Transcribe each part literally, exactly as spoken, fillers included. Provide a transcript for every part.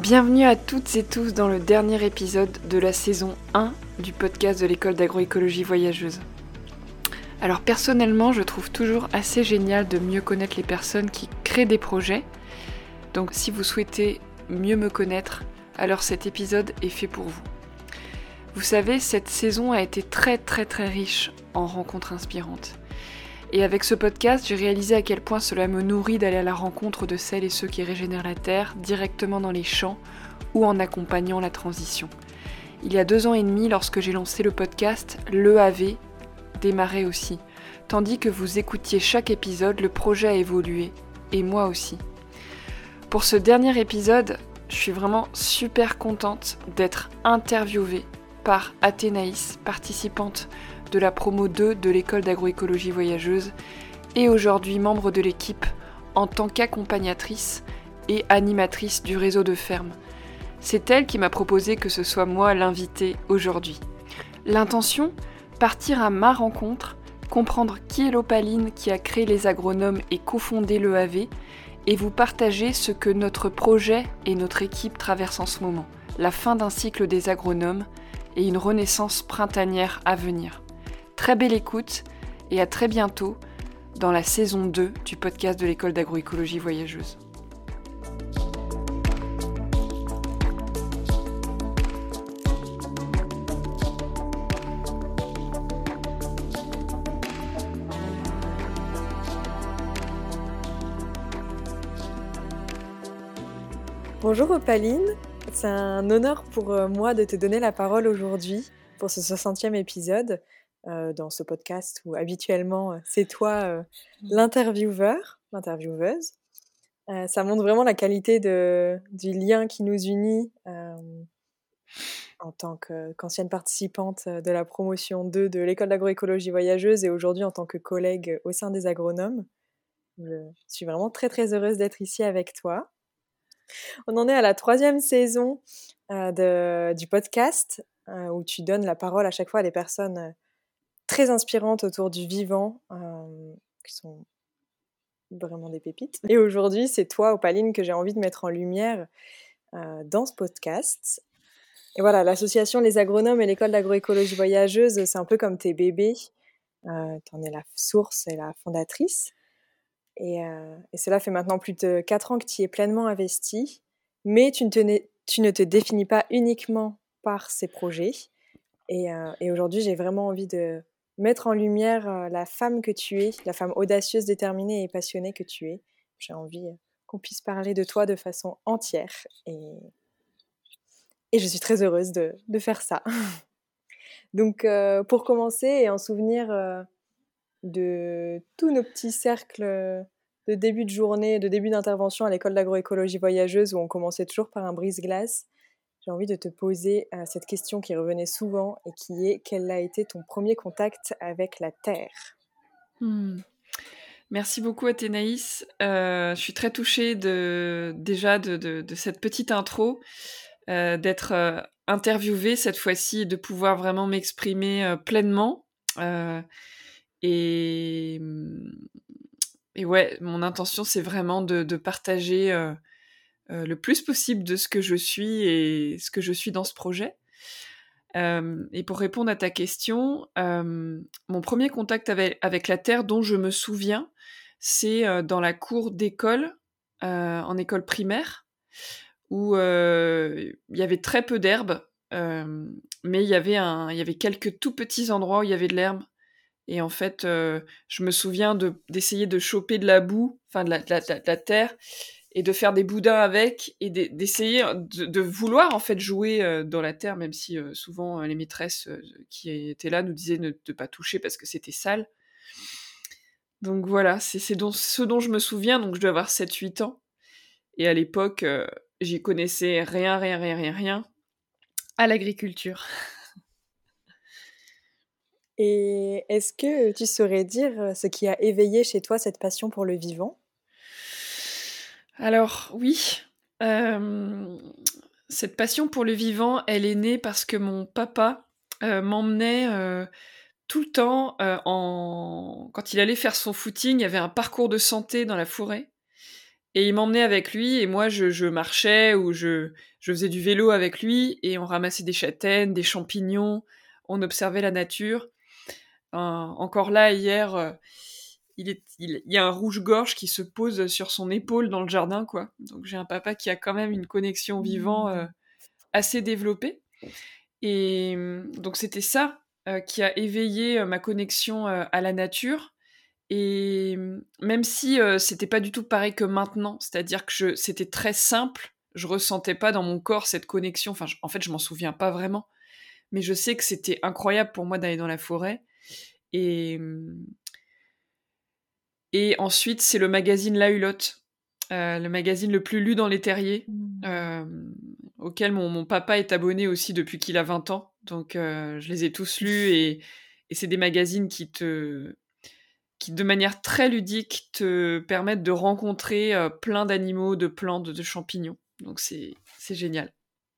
Bienvenue à toutes et tous dans le dernier épisode de la saison un du podcast de l'école d'agroécologie voyageuse. Alors personnellement, je trouve toujours assez génial de mieux connaître les personnes qui créent des projets. Donc si vous souhaitez mieux me connaître, alors cet épisode est fait pour vous. Vous savez, cette saison a été très très très riche en rencontres inspirantes. Et avec ce podcast, j'ai réalisé à quel point cela me nourrit d'aller à la rencontre de celles et ceux qui régénèrent la terre directement dans les champs ou en accompagnant la transition. Il y a deux ans et demi, lorsque j'ai lancé le podcast, l'E A V démarrait aussi. Tandis que vous écoutiez chaque épisode, le projet a évolué, et moi aussi. Pour ce dernier épisode, je suis vraiment super contente d'être interviewée par Athénaïs, participante de la promo deux de l'école d'agroécologie voyageuse et aujourd'hui membre de l'équipe en tant qu'accompagnatrice et animatrice du réseau de fermes. C'est elle qui m'a proposé que ce soit moi l'invitée aujourd'hui. L'intention ? Partir à ma rencontre, comprendre qui est l'Opaline qui a créé les agronomes et cofondé l'E A V et vous partager ce que notre projet et notre équipe traversent en ce moment, la fin d'un cycle des agronomes et une renaissance printanière à venir. Très belle écoute et à très bientôt dans la saison deux du podcast de l'école d'agroécologie voyageuse. Bonjour Opaline, c'est un honneur pour moi de te donner la parole aujourd'hui pour ce soixantième épisode euh, dans ce podcast où habituellement c'est toi euh, l'intervieweur, l'intervieweuse. Euh, ça montre vraiment la qualité de, du lien qui nous unit euh, en tant que, qu'ancienne participante de la promotion deux de l'école d'agroécologie voyageuse et aujourd'hui en tant que collègue au sein des agronomes. Je suis vraiment très très heureuse d'être ici avec toi. On en est à la troisième saison euh, de, du podcast euh, où tu donnes la parole à chaque fois à des personnes euh, très inspirantes autour du vivant, euh, qui sont vraiment des pépites. Et aujourd'hui, c'est toi, Opaline, que j'ai envie de mettre en lumière euh, dans ce podcast. Et voilà, l'association Les Agronomes et l'école d'agroécologie voyageuse, c'est un peu comme tes bébés. Euh, t'en es la source et la fondatrice. Et, euh, et cela fait maintenant plus de quatre ans que tu y es pleinement investi, mais tu ne, te, tu ne te définis pas uniquement par ces projets. Et, euh, et aujourd'hui, j'ai vraiment envie de mettre en lumière euh, la femme que tu es, la femme audacieuse, déterminée et passionnée que tu es. J'ai envie euh, qu'on puisse parler de toi de façon entière. Et, et je suis très heureuse de, de faire ça. Donc, euh, pour commencer et en souvenir... Euh, de tous nos petits cercles de début de journée, de début d'intervention à l'école d'agroécologie voyageuse où on commençait toujours par un brise-glace, j'ai envie de te poser euh, cette question qui revenait souvent et qui est: quel a été ton premier contact avec la Terre ? Hmm. Merci beaucoup Athénaïs. Euh, je suis très touchée de, déjà de, de, de cette petite intro, euh, d'être euh, interviewée cette fois-ci et de pouvoir vraiment m'exprimer euh, pleinement. Euh, et, et ouais, mon intention c'est vraiment de, de partager euh, euh, le plus possible de ce que je suis et ce que je suis dans ce projet. Euh, et pour répondre à ta question, euh, mon premier contact avec, avec la Terre dont je me souviens, c'est euh, dans la cour d'école, euh, en école primaire, où euh, il y avait très peu d'herbe, euh, mais il y avait un, il y avait quelques tout petits endroits où il y avait de l'herbe. Et en fait, euh, je me souviens de, d'essayer de choper de la boue, enfin de la, de, la, de la terre, et de faire des boudins avec, et d'essayer de, de vouloir en fait jouer euh, dans la terre, même si euh, souvent euh, les maîtresses euh, qui étaient là nous disaient ne, de pas toucher parce que c'était sale. Donc voilà, c'est, c'est donc ce dont je me souviens, donc je dois avoir sept huit ans. Et à l'époque, euh, j'y connaissais rien, rien, rien, rien, rien à l'agriculture. Et est-ce que tu saurais dire ce qui a éveillé chez toi cette passion pour le vivant ? Alors oui, euh, cette passion pour le vivant, elle est née parce que mon papa euh, m'emmenait euh, tout le temps, euh, en... quand il allait faire son footing, il y avait un parcours de santé dans la forêt. Et il m'emmenait avec lui, et moi, je, je marchais ou je, je faisais du vélo avec lui, et on ramassait des châtaignes, des champignons, on observait la nature. Euh, encore là, hier, euh, il, est, il, il y a un rouge-gorge qui se pose sur son épaule dans le jardin, quoi. Donc j'ai un papa qui a quand même une connexion vivant euh, assez développée. Et euh, donc c'était ça euh, qui a éveillé euh, ma connexion euh, à la nature. Et même si euh, c'était pas du tout pareil que maintenant, c'est-à-dire que je, c'était très simple, je ressentais pas dans mon corps cette connexion, enfin je- en fait je m'en souviens pas vraiment, mais je sais que c'était incroyable pour moi d'aller dans la forêt. Et, et ensuite c'est le magazine La Hulotte, euh, le magazine le plus lu dans les terriers, euh, auquel mon, mon papa est abonné aussi depuis qu'il a vingt ans, donc euh, je les ai tous lus, et, et c'est des magazines qui te qui de manière très ludique te permettent de rencontrer euh, plein d'animaux, de plantes, de champignons. Donc c'est, c'est génial.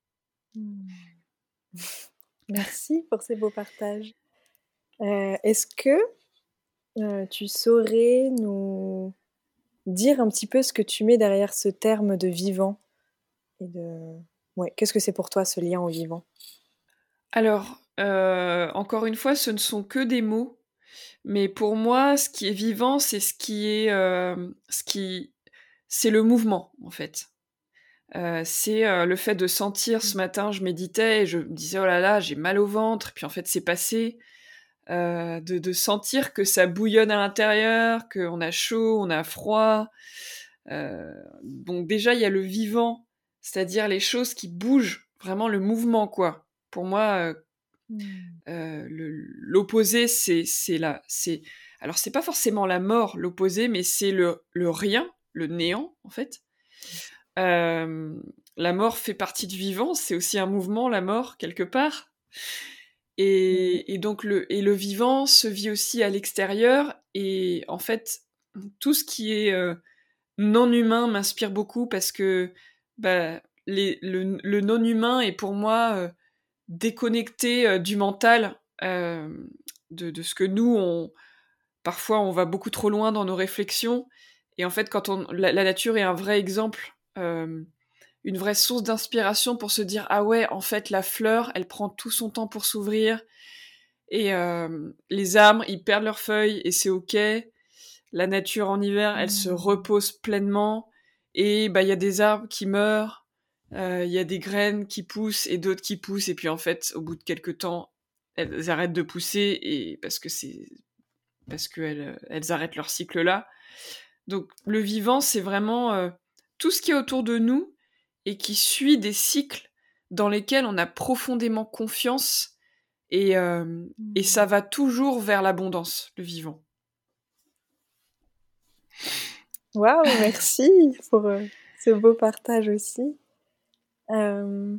Merci pour ces beaux partages. Euh, est-ce que euh, tu saurais nous dire un petit peu ce que tu mets derrière ce terme de vivant et de... Ouais, qu'est-ce que c'est pour toi ce lien au vivant? Alors, euh, encore une fois, ce ne sont que des mots, mais pour moi, ce qui est vivant, c'est ce qui est, euh, ce qui, c'est le mouvement en fait. Euh, c'est euh, le fait de sentir. Ce matin, je méditais et je me disais oh là là, j'ai mal au ventre. Et puis en fait, c'est passé. Euh, de, de sentir que ça bouillonne à l'intérieur, qu'on a chaud, on a froid. Euh, donc déjà, il y a le vivant, c'est-à-dire les choses qui bougent, vraiment le mouvement, quoi. Pour moi, euh, euh, le- l'opposé, c'est, c'est la, c'est, alors c'est pas forcément la mort, l'opposé, mais c'est le, le rien, le néant, en fait. Euh, la mort fait partie du vivant, c'est aussi un mouvement, la mort, quelque part. Et, et donc le, et le vivant se vit aussi à l'extérieur. Et en fait, tout ce qui est euh, non humain m'inspire beaucoup parce que bah, les, le, le non humain est pour moi euh, déconnecté euh, du mental, euh, de, de ce que nous, on, parfois, on va beaucoup trop loin dans nos réflexions. Et en fait, quand on, la, la nature est un vrai exemple. Euh, une vraie source d'inspiration pour se dire ah ouais, en fait la fleur elle prend tout son temps pour s'ouvrir, et euh, les arbres ils perdent leurs feuilles et c'est ok, la nature en hiver elle se repose pleinement, et bah il y a des arbres qui meurent, il euh, y a des graines qui poussent et d'autres qui poussent, et puis en fait au bout de quelques temps elles arrêtent de pousser, et parce que c'est parce qu'elles elles arrêtent leur cycle là. Donc le vivant c'est vraiment euh, tout ce qui est autour de nous et qui suit des cycles dans lesquels on a profondément confiance, et, euh, et ça va toujours vers l'abondance, le vivant. Waouh, merci pour euh, ce beau partage aussi. Euh,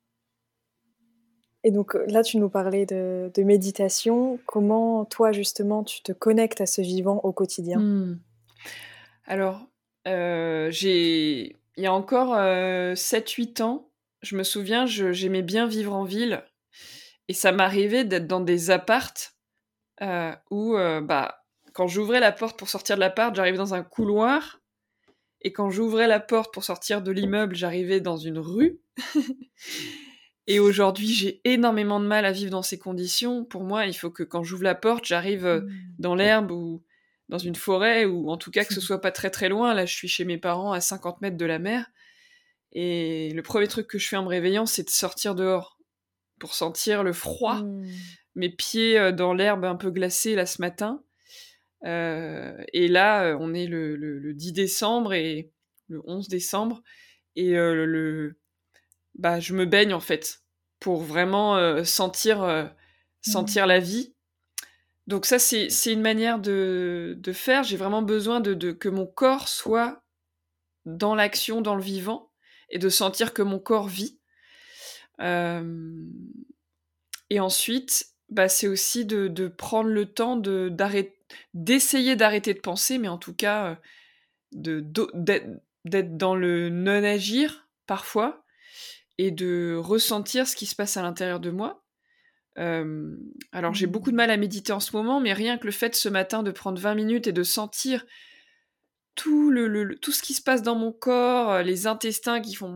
Et donc là, tu nous parlais de, de méditation. Comment toi, justement, tu te connectes à ce vivant au quotidien? Hmm. Alors, euh, j'ai... il y a encore euh, sept huit ans, je me souviens, je, j'aimais bien vivre en ville, et ça m'arrivait d'être dans des appartes euh, où, euh, bah, quand j'ouvrais la porte pour sortir de l'appart, j'arrivais dans un couloir, et quand j'ouvrais la porte pour sortir de l'immeuble, j'arrivais dans une rue. Et aujourd'hui, j'ai énormément de mal à vivre dans ces conditions. Pour moi, il faut que quand j'ouvre la porte, j'arrive euh, dans l'herbe ou dans une forêt, ou en tout cas que ce soit pas très très loin. Là, je suis chez mes parents à cinquante mètres de la mer. Et le premier truc que je fais en me réveillant, c'est de sortir dehors pour sentir le froid, Mmh. mes pieds euh, dans l'herbe un peu glacée là ce matin. Euh, et là, euh, on est le, le, le dix décembre et le onze décembre. Et euh, le, bah, je me baigne en fait pour vraiment euh, sentir, euh, sentir la vie. Donc ça, c'est, c'est une manière de, de faire. J'ai vraiment besoin de, de que mon corps soit dans l'action, dans le vivant, et de sentir que mon corps vit. Euh, et ensuite, bah, c'est aussi de, de prendre le temps de, d'arrêter, d'essayer d'arrêter de penser, mais en tout cas, euh, de, d'o- d'être, d'être dans le non-agir parfois, et de ressentir ce qui se passe à l'intérieur de moi. Euh, alors j'ai beaucoup de mal à méditer en ce moment, mais rien que le fait ce matin de prendre vingt minutes et de sentir tout, le, le- le- tout ce qui se passe dans mon corps, euh, les intestins qui font...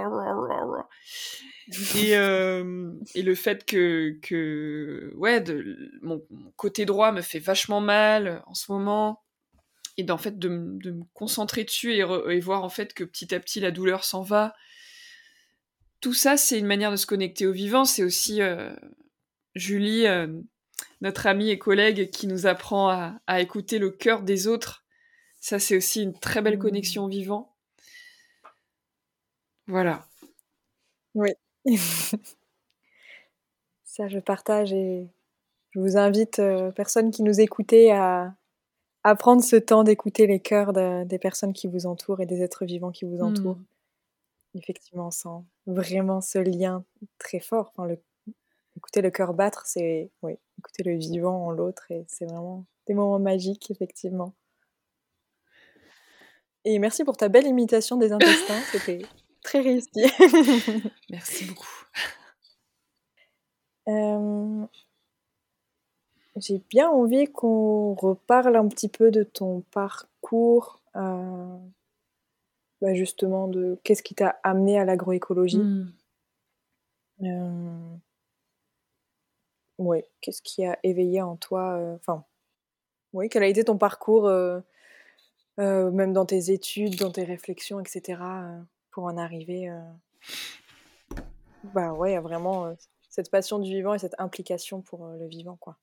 Et, euh, et le fait que, que ouais, de, mon, mon côté droit me fait vachement mal en ce moment, et d'en fait de, m- de me concentrer dessus et, re- et voir en fait que petit à petit la douleur s'en va. Tout ça, c'est une manière de se connecter au vivant. C'est aussi euh, Julie, euh, notre amie et collègue, qui nous apprend à, à écouter le cœur des autres. Ça, c'est aussi une très belle Mmh. connexion au vivant. Voilà. Oui. Ça, je partage et je vous invite, heu, personnes qui nous écoutez, à à prendre ce temps d'écouter les cœurs de des personnes qui vous entourent et des êtres vivants qui vous entourent. Hmm. Effectivement, on sent vraiment ce lien très fort. Enfin, le écouter le cœur battre, c'est oui, écouter le vivant en l'autre, et c'est vraiment des moments magiques, effectivement. Et merci pour ta belle imitation des intestins, c'était très réussi. Merci beaucoup. Hem, j'ai bien envie qu'on reparle un petit peu de ton parcours, heu, bah, justement de qu'est-ce qui t'a amené à l'agroécologie? Hmm. Hem, ouais, qu'est-ce qui a éveillé en toi, heu, enfin, oui, quel a été ton parcours, heu heu, même dans tes études, dans tes réflexions et cetera, heu, pour en arriver, heu, bah, ouais, à vraiment, heu, cette passion du vivant et cette implication pour, heu, le vivant, quoi?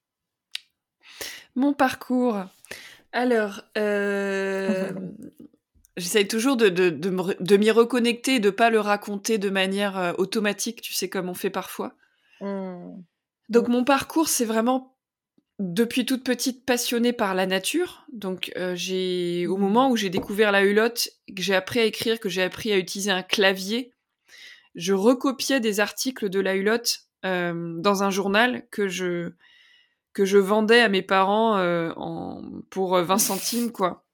Mon parcours. Alors, euh, j'essaye toujours de, de, de, me re- de m'y reconnecter et de pas le raconter de manière euh, automatique, tu sais, comme on fait parfois. Mmh. Donc, Mmh. mon parcours, c'est vraiment depuis toute petite passionnée par la nature. Donc, euh, j'ai, au Mmh. moment où j'ai découvert la hulotte, que j'ai appris à écrire, que j'ai appris à utiliser un clavier, je recopiais des articles de la hulotte euh, dans un journal que je, que je vendais à mes parents euh, en, pour vingt centimes, quoi.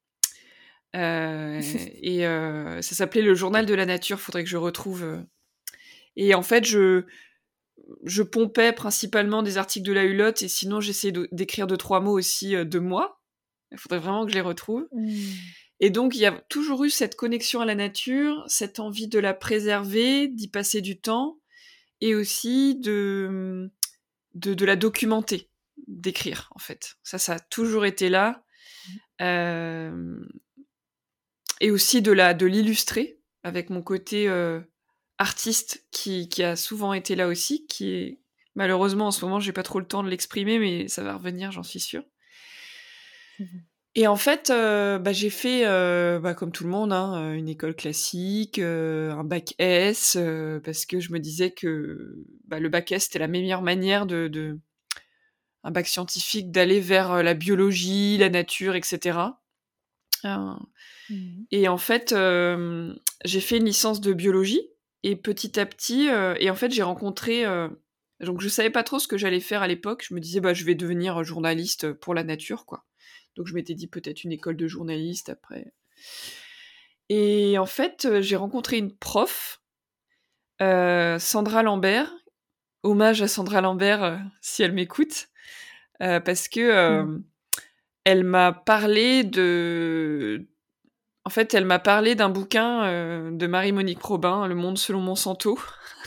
Euh, et euh, ça s'appelait le journal de la nature, faudrait que je retrouve. euh. Et en fait, je, je pompais principalement des articles de la Hulotte, et sinon j'essayais de- d'écrire deux, trois mots aussi euh, de moi. Il faudrait vraiment que je les retrouve. Mmh. Et donc, il y a toujours eu cette connexion à la nature, cette envie de la préserver, d'y passer du temps, et aussi de, de, de la documenter, d'écrire, en fait. Ça, ça a toujours été là. Euh, et aussi de la de l'illustrer avec mon côté euh, artiste qui, qui a souvent été là aussi, qui est malheureusement en ce moment j'ai pas trop le temps de l'exprimer, mais ça va revenir, j'en suis sûre. Mmh. Et en fait, euh, bah, j'ai fait, euh, bah, comme tout le monde, hein, une école classique, euh, un bac S, euh, parce que je me disais que bah, le bac S c'était la meilleure manière de, de un bac scientifique d'aller vers euh, la biologie, la nature, et cetera. Euh, Mmh. Et en fait, euh, j'ai fait une licence de biologie, et petit à petit, euh, et en fait, j'ai rencontré. euh, donc, je savais pas trop ce que j'allais faire à l'époque. Je me disais, bah, je vais devenir journaliste pour la nature, quoi. Donc, je m'étais dit peut-être une école de journaliste après. Et en fait, euh, j'ai rencontré une prof, euh, Sandra Lambert. Hommage à Sandra Lambert, euh, si elle m'écoute, euh, parce que Mmh. euh, elle m'a parlé de En fait, elle m'a parlé d'un bouquin euh, de Marie-Monique Robin, Le Monde selon Monsanto.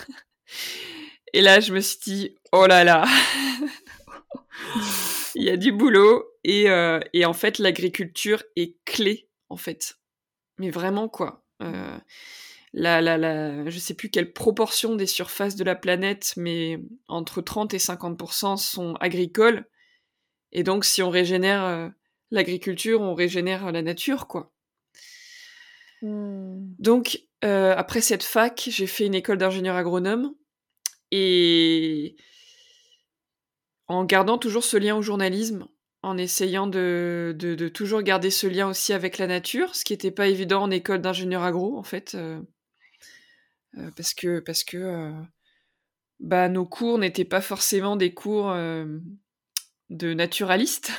Et là, je me suis dit, oh là là, il y a du boulot. Et, euh, et en fait, l'agriculture est clé, en fait. Mais vraiment, quoi. Euh, la, la, la, je sais plus quelle proportion des surfaces de la planète, mais entre trente et cinquante pour cent sont agricoles. Et donc, si on régénère euh, l'agriculture, on régénère la nature, quoi. Mmh. Donc, euh, après cette fac, j'ai fait une école d'ingénieur agronome. Et en gardant toujours ce lien au journalisme, en essayant de, de, de toujours garder ce lien aussi avec la nature, ce qui n'était pas évident en école d'ingénieur agro, en fait, euh, euh, parce que, parce que euh, bah, nos cours n'étaient pas forcément des cours euh, de naturalistes.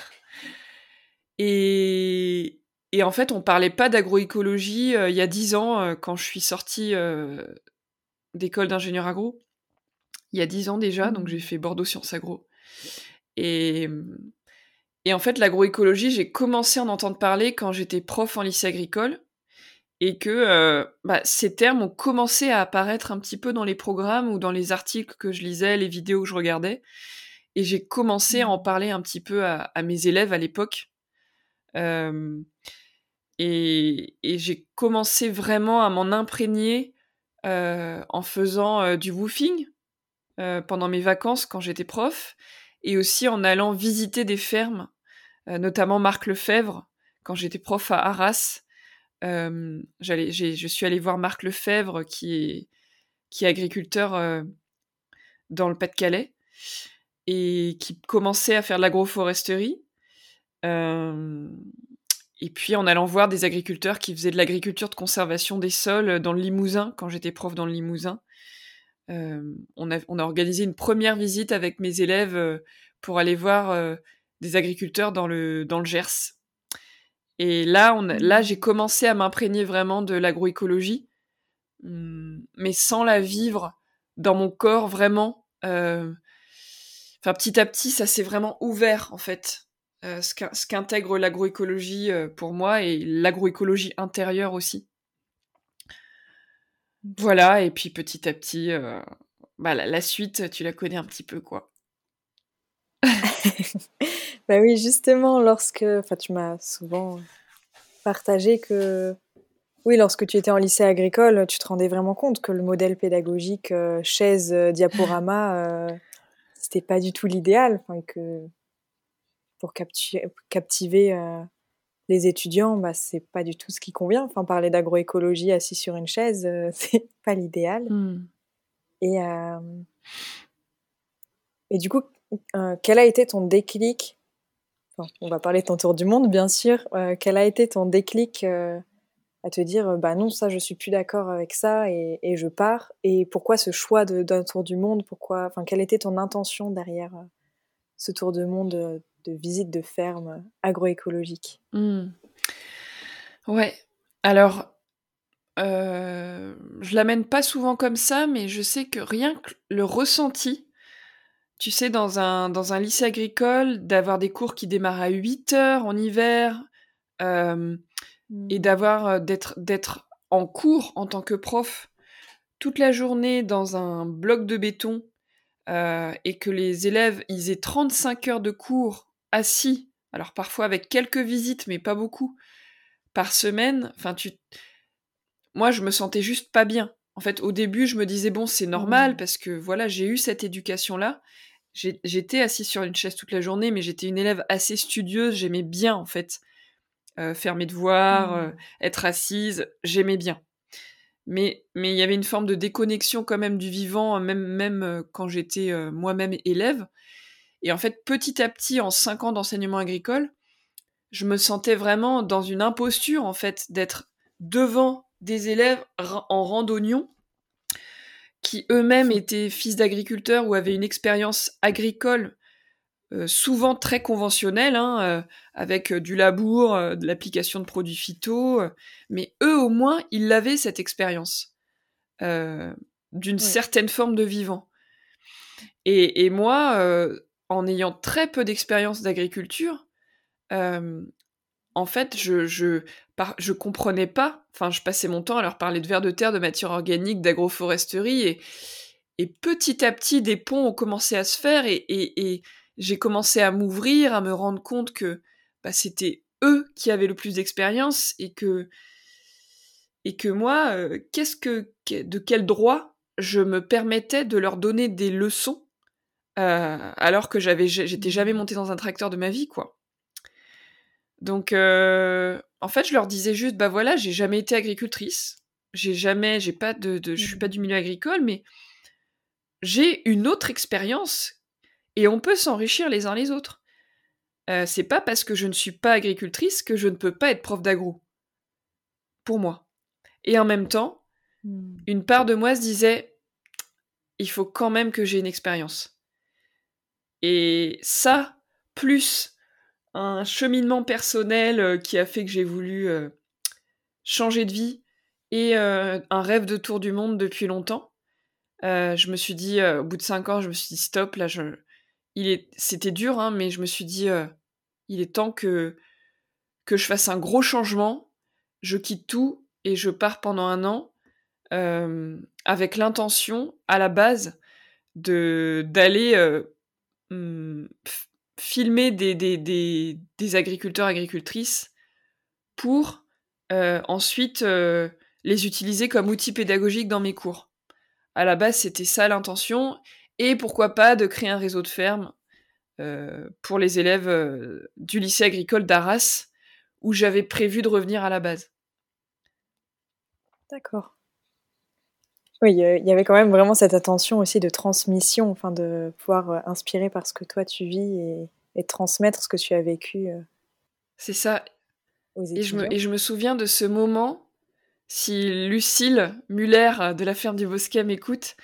Et, et en fait, on parlait pas d'agroécologie euh, il y a dix ans, euh, quand je suis sortie euh, d'école d'ingénieur agro. Il y a dix ans déjà, donc j'ai Mmh. fait Bordeaux Sciences Agro. Et, Et en fait, l'agroécologie, j'ai commencé à en entendre parler quand j'étais prof en lycée agricole et que euh, bah, ces termes ont commencé à apparaître un petit peu dans les programmes ou dans les articles que je lisais, les vidéos que je regardais. Et j'ai commencé à en Mmh. parler un petit peu à, à mes élèves à l'époque. Euh, et, et j'ai commencé vraiment à m'en imprégner euh, en faisant euh, du woofing euh, pendant mes vacances quand j'étais prof, et aussi en allant visiter des fermes, euh, notamment Marc Lefebvre, quand j'étais prof à Arras. Euh, j'allais, j'ai, je suis allée voir Marc Lefebvre, qui est, qui est agriculteur euh, dans le Pas-de-Calais, et qui commençait à faire de l'agroforesterie. Euh, et puis en allant voir des agriculteurs qui faisaient de l'agriculture de conservation des sols dans le Limousin, quand j'étais prof dans le Limousin. Euh, on, a, on a organisé une première visite avec mes élèves euh, pour aller voir euh, des agriculteurs dans le, dans le Gers. Et là, on a, là, j'ai Mmh. commencé à m'imprégner vraiment de l'agroécologie, hum, mais sans la vivre dans mon corps vraiment. Euh, Enfin, petit à petit, ça s'est vraiment ouvert, en fait. Euh, ce qu'in- ce qu'intègre l'agroécologie euh, pour moi, et l'agroécologie intérieure aussi. OK. Voilà, et puis petit à petit, euh, bah, la, la suite, tu la connais un petit peu, quoi. Bah oui, justement, lorsque enfin, tu m'as souvent partagé que oui, lorsque tu étais en lycée agricole, tu te rendais vraiment compte que le modèle pédagogique, heu, chaise, heu, diaporama, heu, c'était pas du tout l'idéal, enfin que pour captu captiver, heu, les étudiants, bah, c'est pas du tout ce qui convient. Enfin, parler d'agroécologie assis sur une chaise, heu, c'est pas l'idéal Hmm. et hem et du coup, heu, quel a été ton déclic? Enfin, on va parler de ton tour du monde, bien sûr, heu, quel a été ton déclic, heu, à te dire, heu: «Bah, non, ça, je suis plus d'accord avec ça et et je pars» et pourquoi ce choix de d'un tour du monde? Pourquoi enfin, quelle était ton intention derrière, heu, ce tour de monde, heu, de visite de ferme, heu, agroécologique? Hmm. Ouais. Alors, euh, je l'amène pas souvent comme ça, mais je sais que rien que le ressenti, tu sais, dans un, dans un lycée agricole, d'avoir des cours qui démarrent à huit heures en hiver, euh, et Mmh. d'avoir euh, d'être d'être en cours en tant que prof toute la journée dans un bloc de béton, euh, et que les élèves ils aient trente-cinq heures de cours assis, alors parfois avec quelques visites mais pas beaucoup par semaine. Enfin, tu moi je me sentais juste pas bien. En fait, au début, je me disais bon, c'est normal Mmh. parce que voilà, j'ai eu cette éducation là. J'ai- J'étais assise sur une chaise toute la journée, mais j'étais une élève assez studieuse, j'aimais bien en fait euh, faire mes devoirs, euh, Mmh. être assise, j'aimais bien. Mais mais il y avait une forme de déconnexion quand même du vivant, même même euh, quand j'étais euh, moi-même élève. Et en fait, petit à petit, en cinq ans d'enseignement agricole, je me sentais vraiment dans une imposture en fait d'être devant des élèves ra- en randonnion qui eux-mêmes étaient fils d'agriculteurs ou avaient une expérience agricole euh, souvent très conventionnelle, hein, euh, avec euh, du labour, euh, de l'application de produits phyto, euh, mais eux au moins ils avaient cette expérience euh, d'une Ouais. certaine forme de vivant. Et, et moi, euh, en ayant très peu d'expérience d'agriculture, euh, en fait, je, je, par, je comprenais pas. Enfin, je passais mon temps à leur parler de vers de terre, de matière organique, d'agroforesterie, et, et petit à petit, des ponts ont commencé à se faire, et, et, et j'ai commencé à m'ouvrir, à me rendre compte que bah, c'était eux qui avaient le plus d'expérience, et que, et que moi, euh, qu'est-ce que, de quel droit je me permettais de leur donner des leçons euh, alors que j'avais, j'étais jamais Mmh. montée dans un tracteur de ma vie, quoi. Donc, euh, en fait, je leur disais juste, bah voilà, j'ai jamais été agricultrice, j'ai jamais, j'ai pas de, de je suis pas Mmh. du milieu agricole, mais j'ai une autre expérience et on peut s'enrichir les uns les autres. Euh, c'est pas parce que je ne suis pas agricultrice que je ne peux pas être prof d'agro, pour moi. Et en même temps, Mmh. une part de moi se disait, il faut quand même que j'ai une expérience. Et ça, plus un cheminement personnel euh, qui a fait que j'ai voulu euh, changer de vie et euh, un rêve de tour du monde depuis longtemps. Euh, je me suis dit, euh, au bout de cinq ans, je me suis dit stop, là, je... il est... c'était dur, hein, mais je me suis dit, euh, il est temps que, que je fasse un gros changement, je quitte tout et je pars pendant un an euh, avec l'intention, à la base, de, d'aller euh, hum, f- filmer des, des, des, des agriculteurs, agricultrices pour euh, ensuite euh, les utiliser comme outils pédagogiques dans mes cours. À la base, c'était ça l'intention, et pourquoi pas de créer un réseau de fermes euh, pour les élèves euh, du lycée agricole d'Arras, où j'avais prévu de revenir à la base. D'accord. Oui, il y avait quand même vraiment cette attention aussi de transmission, enfin de pouvoir euh, inspirer par ce que toi tu vis et, et transmettre ce que tu as vécu euh, C'est ça. aux Et je, me, étudiants. et je me souviens de ce moment, si Lucille Muller de la ferme du Bosquet m'écoute,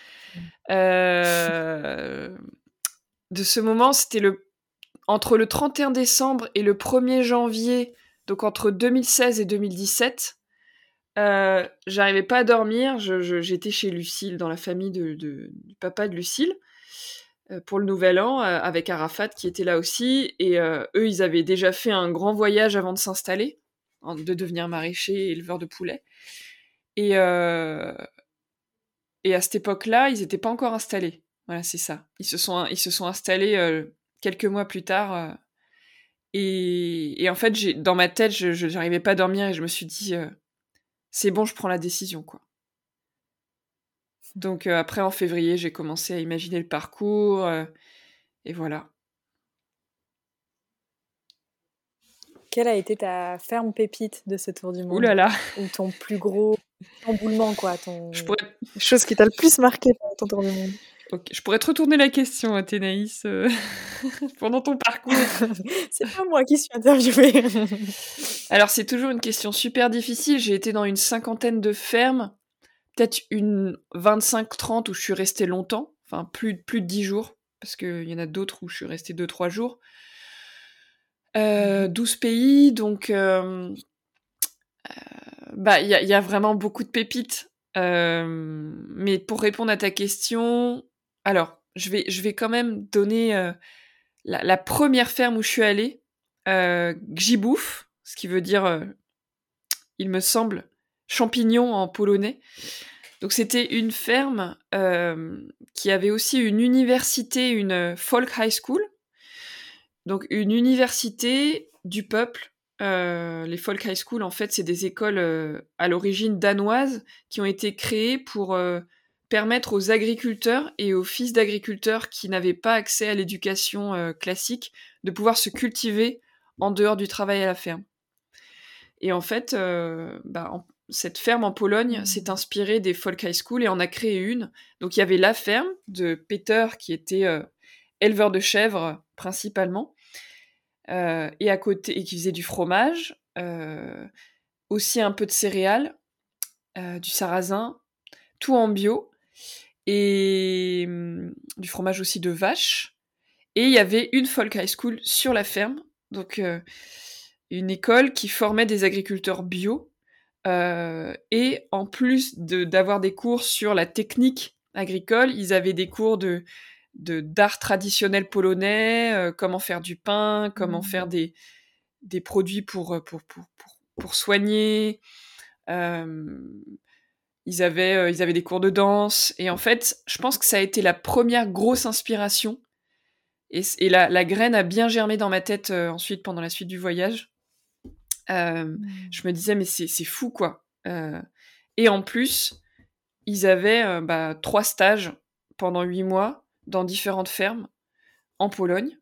euh, de ce moment, c'était le, entre le trente et un décembre et le premier janvier, donc entre deux mille seize et deux mille dix-sept, euh, j'arrivais pas à dormir, je, je, j'étais chez Lucille, dans la famille de, de, du papa de Lucille, euh, pour le Nouvel An, euh, avec Arafat qui était là aussi, et euh, eux, ils avaient déjà fait un grand voyage avant de s'installer, de devenir maraîcher et éleveur de poulets. Et, euh, et à cette époque-là, ils n'étaient pas encore installés. Voilà, c'est ça. Ils se sont, ils se sont installés euh, quelques mois plus tard. Euh, et, et en fait, j'ai, dans ma tête, je n'arrivais pas à dormir et je me suis dit, euh, c'est bon, je prends la décision, quoi. Donc euh, après, en février, j'ai commencé à imaginer le parcours. Euh, et voilà. Quelle a été ta ferme pépite de ce tour du monde? Ouh là là. Ou ton plus gros chamboulement, quoi, ton Je pourrais... chose qui t'a le plus marqué pendant ton tour du monde? Okay. Je pourrais te retourner la question, Athénaïs, euh, pendant ton parcours. C'est pas moi qui suis interviewée. Alors, c'est toujours une question super difficile. J'ai été dans une cinquantaine de fermes, peut-être une vingt-cinq trente où je suis restée longtemps, enfin plus, plus de dix jours, parce qu'il y en a d'autres où je suis restée deux trois jours. Euh, douze pays, donc euh, euh, bah, il y, y a vraiment beaucoup de pépites. Euh, mais pour répondre à ta question, alors, je vais, je vais quand même donner euh, la, la première ferme où je suis allée, euh, Gjibouf, ce qui veut dire, euh, il me semble, champignon en polonais. Donc c'était une ferme euh, qui avait aussi une université, une folk high school. Donc une université du peuple. Euh, les folk high school, en fait, c'est des écoles euh, à l'origine danoises qui ont été créées pour euh, permettre aux agriculteurs et aux fils d'agriculteurs qui n'avaient pas accès à l'éducation euh, classique de pouvoir se cultiver en dehors du travail à la ferme. Et en fait, euh, bah, en, cette ferme en Pologne mmh. s'est inspirée des folk high school et en a créé une. Donc il y avait la ferme de Peter qui était euh, éleveur de chèvres principalement, euh, et à côté et qui faisait du fromage, euh, aussi un peu de céréales, euh, du sarrasin, tout en bio, et hum, du fromage aussi de vache. Et il y avait une folk high school sur la ferme, donc euh, une école qui formait des agriculteurs bio. Euh, et en plus de, d'avoir des cours sur la technique agricole, ils avaient des cours de, de, d'art traditionnel polonais, euh, comment faire du pain, comment mmh. faire des, des produits pour, pour, pour, pour, pour soigner. Euh, ils, avaient, euh, ils avaient des cours de danse. Et en fait, je pense que ça a été la première grosse inspiration. Et, et la, la graine a bien germé dans ma tête euh, ensuite, pendant la suite du voyage. Euh, mmh. Je me disais, mais c'est, c'est fou, quoi. Euh, et en plus, ils avaient euh, bah, trois stages pendant huit mois dans différentes fermes en Pologne.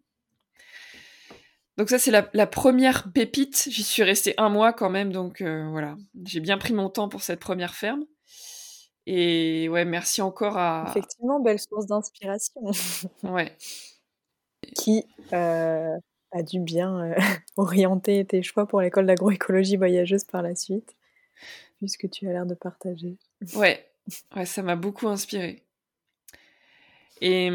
Donc ça, c'est la, la première pépite. J'y suis restée un mois quand même, donc euh, voilà. J'ai bien pris mon temps pour cette première ferme. Et ouais, merci encore à... Effectivement, belle source d'inspiration. Ouais. Qui... Euh... a dû bien euh, orienter tes choix pour l'école d'agroécologie voyageuse par la suite, vu ce que tu as l'air de partager. Ouais, ouais, ça m'a beaucoup inspirée. Et,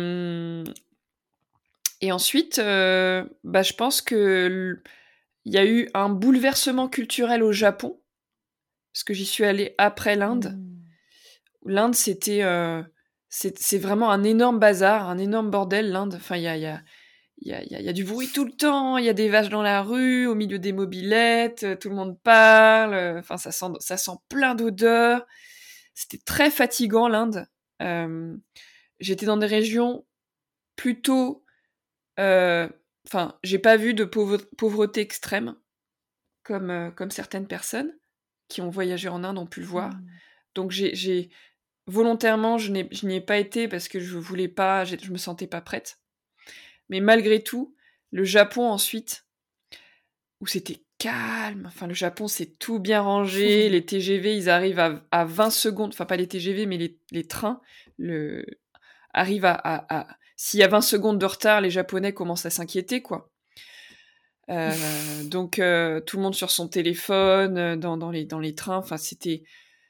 et ensuite, euh, bah, je pense que il y a eu un bouleversement culturel au Japon, parce que j'y suis allée après l'Inde. Mmh. L'Inde, c'était, euh, c'est, c'est vraiment un énorme bazar, un énorme bordel, l'Inde. Enfin, il y a, y a il y a, y a- y a du bruit tout le temps, il y a des vaches dans la rue, au milieu des mobylettes, euh, tout le monde parle, euh, enfin ça sent, ça sent plein d'odeurs. C'était très fatigant l'Inde. Euh, j'étais dans des régions plutôt, euh, enfin j'ai pas vu de pauvre- pauvreté extrême comme euh, comme certaines personnes qui ont voyagé en Inde ont pu le voir. Mmh. Donc j'ai, j'ai volontairement je n'ai, je n'y ai pas été parce que je voulais pas, j'ai- je me sentais pas prête. Mais malgré tout, le Japon ensuite, où c'était calme. Enfin, le Japon, c'est tout bien rangé. Les T G V, ils arrivent à, à vingt secondes. Enfin, pas les T G V, mais les, les trains le, arrivent à... à, à... S'il y a vingt secondes de retard, les Japonais commencent à s'inquiéter, quoi. Euh, donc, euh, tout le monde sur son téléphone, euh, dans, dans, les, dans les trains. Enfin, c'était...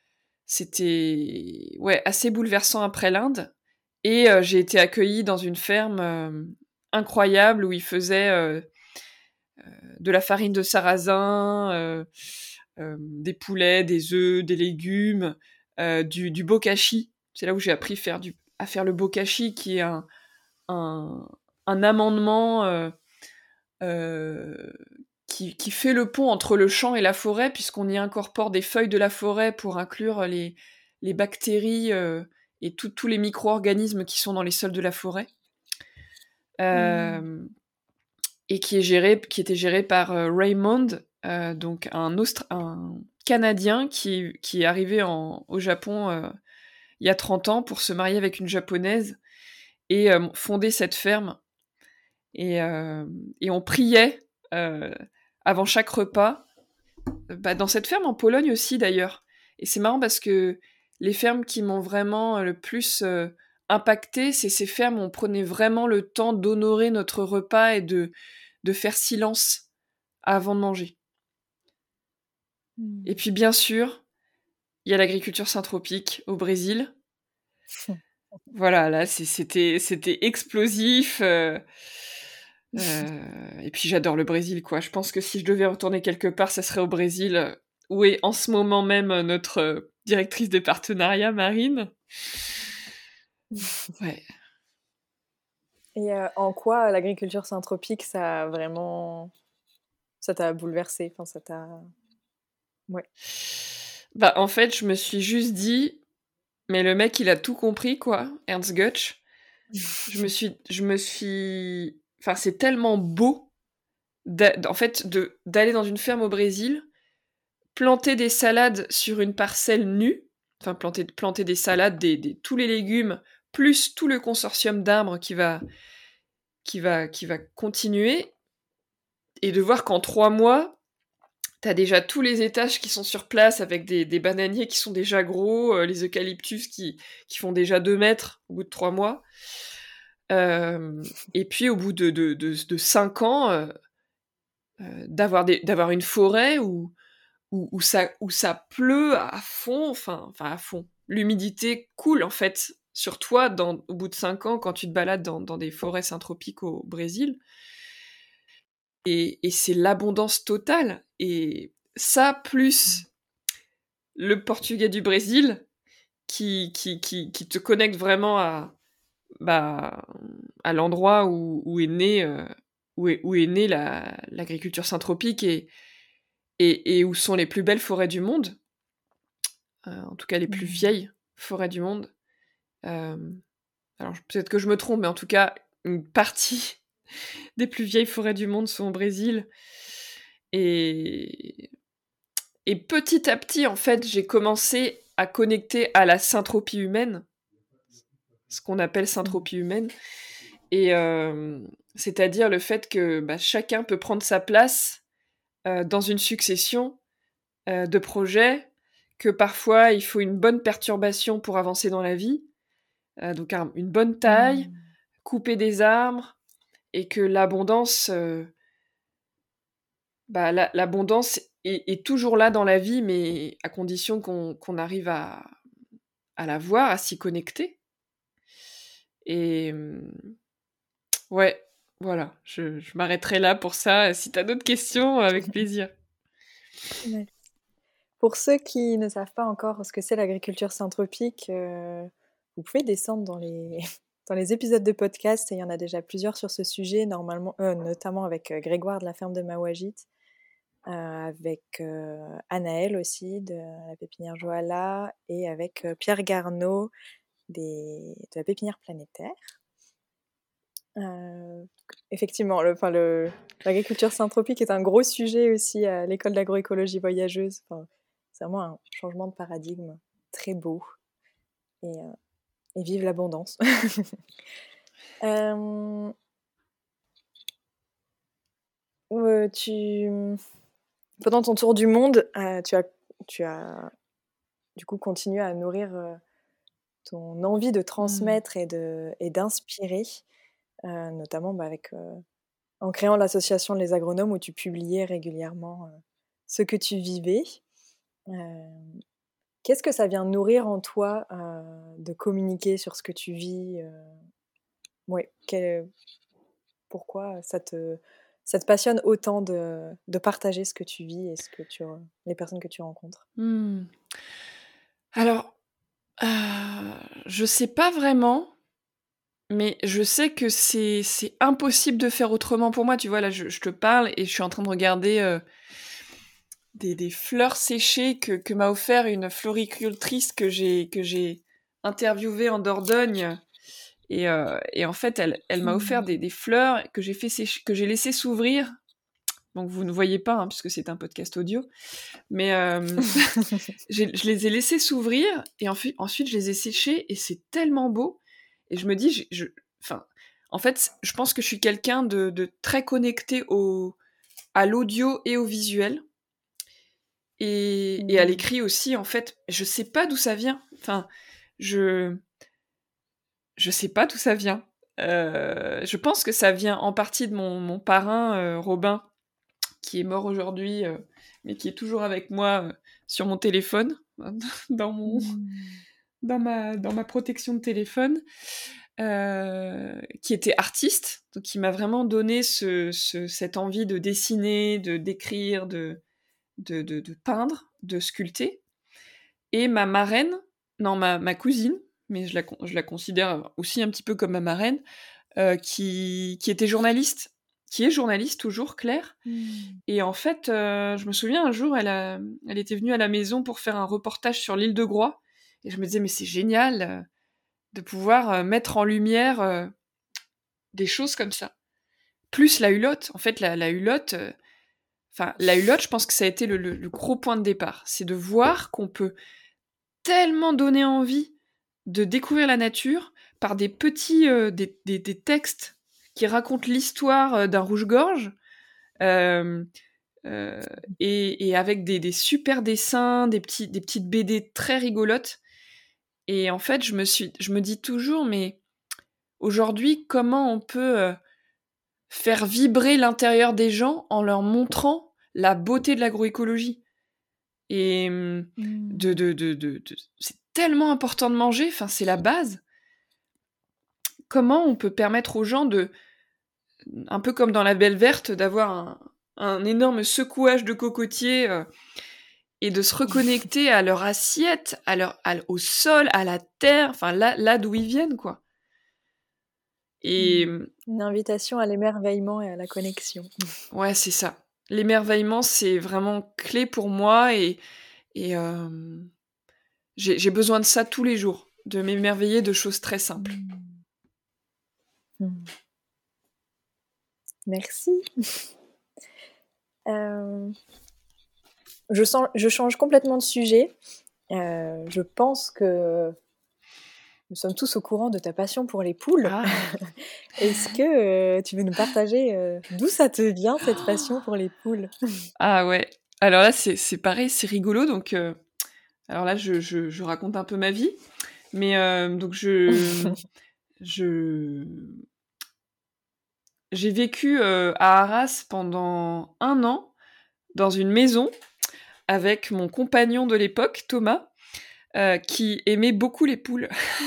C'était... Ouais, assez bouleversant après l'Inde. Et euh, j'ai été accueillie dans une ferme euh, incroyable où ils faisaient... euh, de la farine de sarrasin, euh, euh, des poulets, des œufs, des légumes, euh, du, du bokashi. C'est là où j'ai appris faire du, à faire le bokashi, qui est un, un, un amendement euh, euh, qui, qui fait le pont entre le champ et la forêt, puisqu'on y incorpore des feuilles de la forêt pour inclure les, les bactéries euh, et tout- tous les micro-organismes qui sont dans les sols de la forêt. Mmh. Euh, et qui est géré, qui était géré par euh, Raymond, euh, donc un, Austra- un Canadien qui, qui est arrivé en, au Japon euh, il y a trente ans pour se marier avec une Japonaise et euh, fonder cette ferme. Et, euh, et on priait euh, avant chaque repas, bah, dans cette ferme en Pologne aussi d'ailleurs. Et c'est marrant parce que les fermes qui m'ont vraiment le plus euh, impacté, c'est ces fermes où on prenait vraiment le temps d'honorer notre repas et de, de faire silence avant de manger. Et Mmh. puis bien sûr, il y a l'agriculture syntropique au Brésil. Voilà, là c'est- c'était c'était explosif. euh, euh, et puis j'adore le Brésil, quoi. Je pense que si je devais retourner quelque part, ça serait au Brésil, euh, où est en ce moment même euh, notre euh, directrice des partenariats, Marine. Ouais. Et heu, en quoi l'agriculture syntropique, ça a vraiment ça t'a bouleversé? Enfin, ça t'a ouais. Bah en fait, je me suis juste dit, mais le mec, il a tout compris, quoi, Ernst Götsch. Je me suis, je me suis, enfin, c'est tellement beau, d'a- en fait, de d'aller dans une ferme au Brésil, planter des salades sur une parcelle nue, enfin planter, planter des salades, des, des- tous les légumes, plus tout le consortium d'arbres qui va, qui va, qui va continuer, et de voir qu'en trois mois, t'as déjà tous les étages qui sont sur place avec des, des bananiers qui sont déjà gros, euh, les eucalyptus qui, qui font déjà deux mètres au bout de trois mois. Euh, et puis au bout de, de, de, de cinq ans, euh, euh, d'avoir, des, d'avoir une forêt où, où, où, ça, où ça pleut à fond, enfin, enfin à fond. L'humidité coule en fait sur toi dans, au bout de cinq ans quand tu te balades dans, dans des forêts syntropiques au Brésil. Et, et c'est l'abondance totale. Et ça, plus le portugais du Brésil, qui, qui, qui, qui te connecte vraiment à, bah, à l'endroit où, où est né, euh, où est, où est née la, l'agriculture syntropique et, et, et où sont les plus belles forêts du monde, euh, en tout cas les plus Mmh. vieilles forêts du monde. Euh, alors peut-être que je me trompe, mais en tout cas, une partie des plus vieilles forêts du monde sont au Brésil. Et, et petit à petit, en fait, j'ai commencé à connecter à la syntropie humaine, ce qu'on appelle Mmh. syntropie humaine, et euh, c'est-à-dire le fait que bah, chacun peut prendre sa place euh, dans une succession euh, de projets, que parfois il faut une bonne perturbation pour avancer dans la vie, euh, donc un- une bonne taille, Mmh. couper des arbres, et que l'abondance, euh, bah, la- l'abondance est, est toujours là dans la vie, mais à condition qu'on qu'on arrive à, à la voir, à s'y connecter. Et hum, ouais, voilà, je, je m'arrêterai là pour ça. Si t'as d'autres questions, avec plaisir. Ouais. Pour ceux qui ne savent pas encore ce que c'est l'agriculture syntropique, heu, vous pouvez descendre dans les dans les épisodes de podcast, et il y en a déjà plusieurs sur ce sujet, normalement, euh, notamment avec euh, Grégoire de la ferme de Mawajit, euh, avec euh, Anaël aussi de la pépinière Joala, et avec euh, Pierre Garneau des, de la pépinière planétaire. Euh, effectivement, le, enfin, le, l'agriculture synthropique est un gros sujet aussi à l'école d'agroécologie voyageuse. Enfin, c'est vraiment un changement de paradigme très beau. Et, euh, et vive l'abondance. euh, euh, tu, pendant ton tour du monde, euh, tu, as, tu as du coup continué à nourrir euh, ton envie de transmettre mmh. et, de, et d'inspirer, euh, notamment bah, avec, euh, en créant l'association Les Agronomes où tu publiais régulièrement euh, ce que tu vivais. Euh, qu'est-ce que ça vient nourrir en toi euh, de communiquer sur ce que tu vis euh, ouais, quel, pourquoi ça te, ça te passionne autant de, de partager ce que tu vis et ce que tu, les personnes que tu rencontres? Hmm. Alors, euh, je sais pas vraiment, mais je sais que c'est, c'est impossible de faire autrement pour moi. Tu vois, là, je, je te parle et je suis en train de regarder euh, des, des fleurs séchées que, que m'a offert une floricultrice que j'ai, que j'ai interviewée en Dordogne. Et, euh, et en fait, elle, elle m'a offert des, des fleurs que j'ai fait sécher, que j'ai laissé s'ouvrir. Donc vous ne voyez pas, hein, puisque c'est un podcast audio. Mais euh, j'ai, je les ai laissés s'ouvrir, et ensuite, ensuite je les ai séchés, et c'est tellement beau. Et je me dis, je, je, enfin, en fait, je pense que je suis quelqu'un de, de très connecté au, à l'audio et au visuel. Et, mmh. et à l'écrit aussi, en fait, je sais pas d'où ça vient. Enfin, je... Je sais pas d'où ça vient. Euh, je pense que ça vient en partie de mon, mon parrain, euh, Robin, qui est mort aujourd'hui, euh, mais qui est toujours avec moi euh, sur mon téléphone, dans, mon, mmh. dans, ma, dans ma protection de téléphone, euh, qui était artiste, donc qui m'a vraiment donné ce, ce, cette envie de dessiner, de d'écrire, de, de, de, de peindre, de sculpter. Et ma marraine, non, ma, ma cousine, mais je la, je la considère aussi un petit peu comme ma marraine, euh, qui, qui était journaliste, qui est journaliste toujours, Claire. Mmh. Et en fait, euh, je me souviens, un jour, elle, a, elle était venue à la maison pour faire un reportage sur l'île de Groix, et je me disais, mais c'est génial euh, de pouvoir euh, mettre en lumière euh, des choses comme ça. Plus la hulotte. En fait, la, la hulotte, euh, enfin, la hulotte, je pense que ça a été le, le, le gros point de départ. C'est de voir qu'on peut tellement donner envie de découvrir la nature par des petits euh, des, des, des textes qui racontent l'histoire euh, d'un rouge-gorge euh, euh, et, et avec des, des super dessins, des, petits, des petites B D très rigolotes. Et en fait, je me, suis, je me dis toujours, mais aujourd'hui, comment on peut euh, faire vibrer l'intérieur des gens en leur montrant la beauté de l'agroécologie? Et mmh. de, de, de, de, de, c'est tellement important de manger, enfin, c'est la base. Comment on peut permettre aux gens de, un peu comme dans La Belle Verte, d'avoir un, un énorme secouage de cocotiers euh, et de se reconnecter à leur assiette, à leur, à, au sol, à la terre, enfin là, là d'où ils viennent, quoi. Et une invitation à l'émerveillement et à la connexion. Ouais, c'est ça. L'émerveillement, c'est vraiment clé pour moi, et, et euh, j'ai, j'ai besoin de ça tous les jours, de m'émerveiller de choses très simples. Mmh. Mmh. Merci. euh, je, sens, je change complètement de sujet. Euh, je pense que nous sommes tous au courant de ta passion pour les poules. Ah. Est-ce que euh, tu veux nous partager euh, d'où ça te vient, cette passion pour les poules? Ah ouais. Alors là, c'est, c'est pareil, c'est rigolo. Donc, euh, alors là, je, je, je raconte un peu ma vie. Mais euh, donc, je... je... J'ai vécu euh, à Arras pendant un an, dans une maison, avec mon compagnon de l'époque, Thomas, euh, qui aimait beaucoup les poules.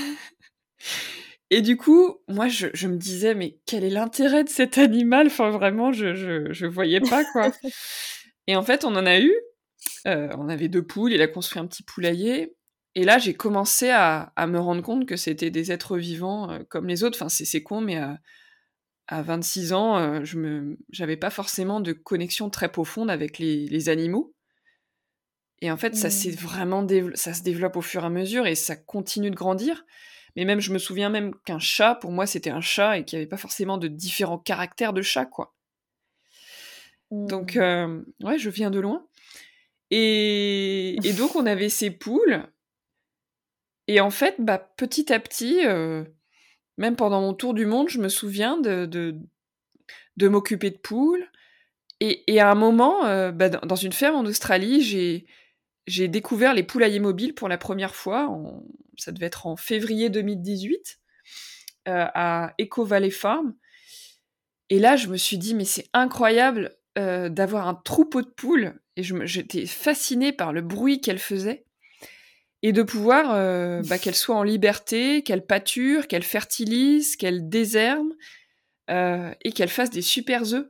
Et du coup, moi, je, je me disais, mais quel est l'intérêt de cet animal? Enfin, vraiment, je, je, je voyais pas, quoi. Et en fait, on en a eu. Euh, on avait deux poules, il a construit un petit poulailler. Et là, j'ai commencé à, à me rendre compte que c'était des êtres vivants euh, comme les autres. Enfin, c'est, c'est con, mais à, à vingt-six ans, euh, je me, j'avais pas forcément de connexion très profonde avec les, les animaux. Et en fait, ça s'est Mmh. vraiment dév- ça se développe au fur et à mesure et ça continue de grandir. Mais même, je me souviens même qu'un chat, pour moi, c'était un chat et qu'il n'y avait pas forcément de différents caractères de chat, quoi. Donc, Mmh. euh, ouais, je viens de loin. Et, et donc, on avait ces poules. Et en fait, bah, petit à petit, euh, même pendant mon tour du monde, je me souviens de, de, de m'occuper de poules. Et, et à un moment, euh, bah, dans dans une ferme en Australie, j'ai, j'ai découvert les poulaillers mobiles pour la première fois. En- ça devait être en février deux mille dix-huit, euh, à Echo Valley Farm. Et là, je me suis dit, mais c'est incroyable euh, d'avoir un troupeau de poules. Et je me- j'étais fascinée par le bruit qu'elles faisaient. Et de pouvoir euh, bah, qu'elles soient en liberté, qu'elles pâturent, qu'elles fertilisent, qu'elles désherment, euh, et qu'elles fassent des super œufs.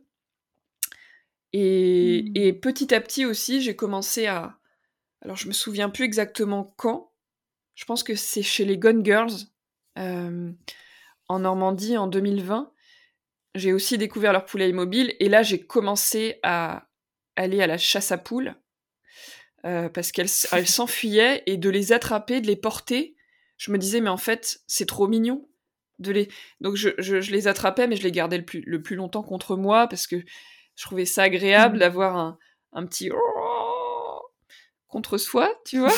Et, et Mmh. petit à petit aussi, j'ai commencé à... Alors, je me souviens plus exactement quand. Je pense que c'est chez les Gone Girls, euh, en Normandie, en deux mille vingt. J'ai aussi découvert leur poulailler mobile. Et là, j'ai commencé à aller à la chasse à poules, euh, parce qu'elles s- elles s'enfuyaient, et de les attraper, de les porter, je me disais, mais en fait, c'est trop mignon. De les... Donc, je, je- je les attrapais, mais je les gardais le plus, le plus longtemps contre moi, parce que je trouvais ça agréable Mmh. d'avoir un, un petit contre soi, tu vois.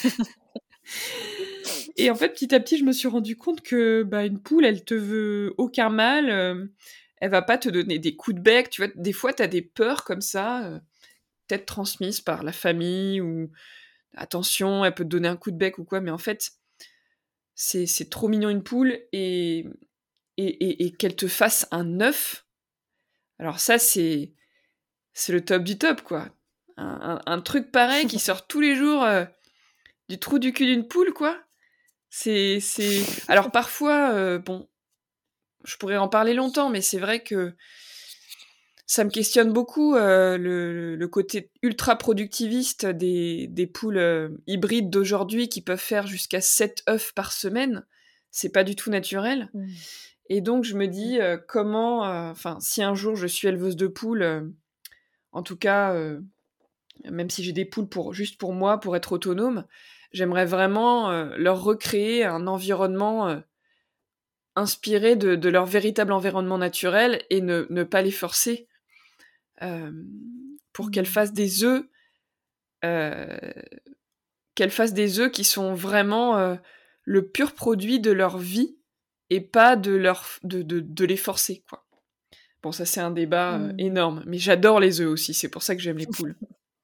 Et en fait, petit à petit, je me suis rendu compte que bah, une poule, elle te veut aucun mal. euh, elle va pas te donner des coups de bec. Tu vois, des fois, t'as des peurs comme ça, euh, peut-être transmises par la famille, ou attention, elle peut te donner un coup de bec ou quoi. Mais en fait, c'est, c'est trop mignon une poule, et, et, et, et qu'elle te fasse un œuf. Alors ça, c'est, c'est le top du top, quoi. Un, un- un truc pareil qui sort tous les jours euh, du trou du cul d'une poule, quoi. C'est, c'est... Alors parfois, euh, bon, je pourrais en parler longtemps, mais c'est vrai que ça me questionne beaucoup euh, le, le côté ultra productiviste des, des poules euh, hybrides d'aujourd'hui qui peuvent faire jusqu'à sept œufs par semaine. C'est pas du tout naturel. Mmh. Et donc je me Mmh. dis euh, comment, euh, enfin, si un jour je suis éleveuse de poules, euh, en tout cas, euh, même si j'ai des poules pour juste pour moi, pour être autonome, j'aimerais vraiment euh, leur recréer un environnement euh, inspiré de, de leur véritable environnement naturel, et ne, ne pas les forcer euh, pour qu'elles Mmh. fassent des œufs, euh, qu'elles fassent des œufs qui sont vraiment euh, le pur produit de leur vie, et pas de leur de, de, de les forcer, quoi. Bon, ça c'est un débat euh, Mmh. énorme, mais j'adore les œufs aussi, c'est pour ça que j'aime les poules.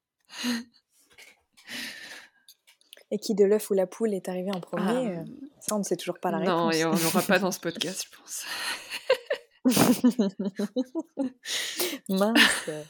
Et qui de l'œuf ou la poule est arrivé en Ah, premier, heu, ça, on ne sait toujours pas la non, et réponse. on l'aura pas dans ce podcast, je pense. Mince.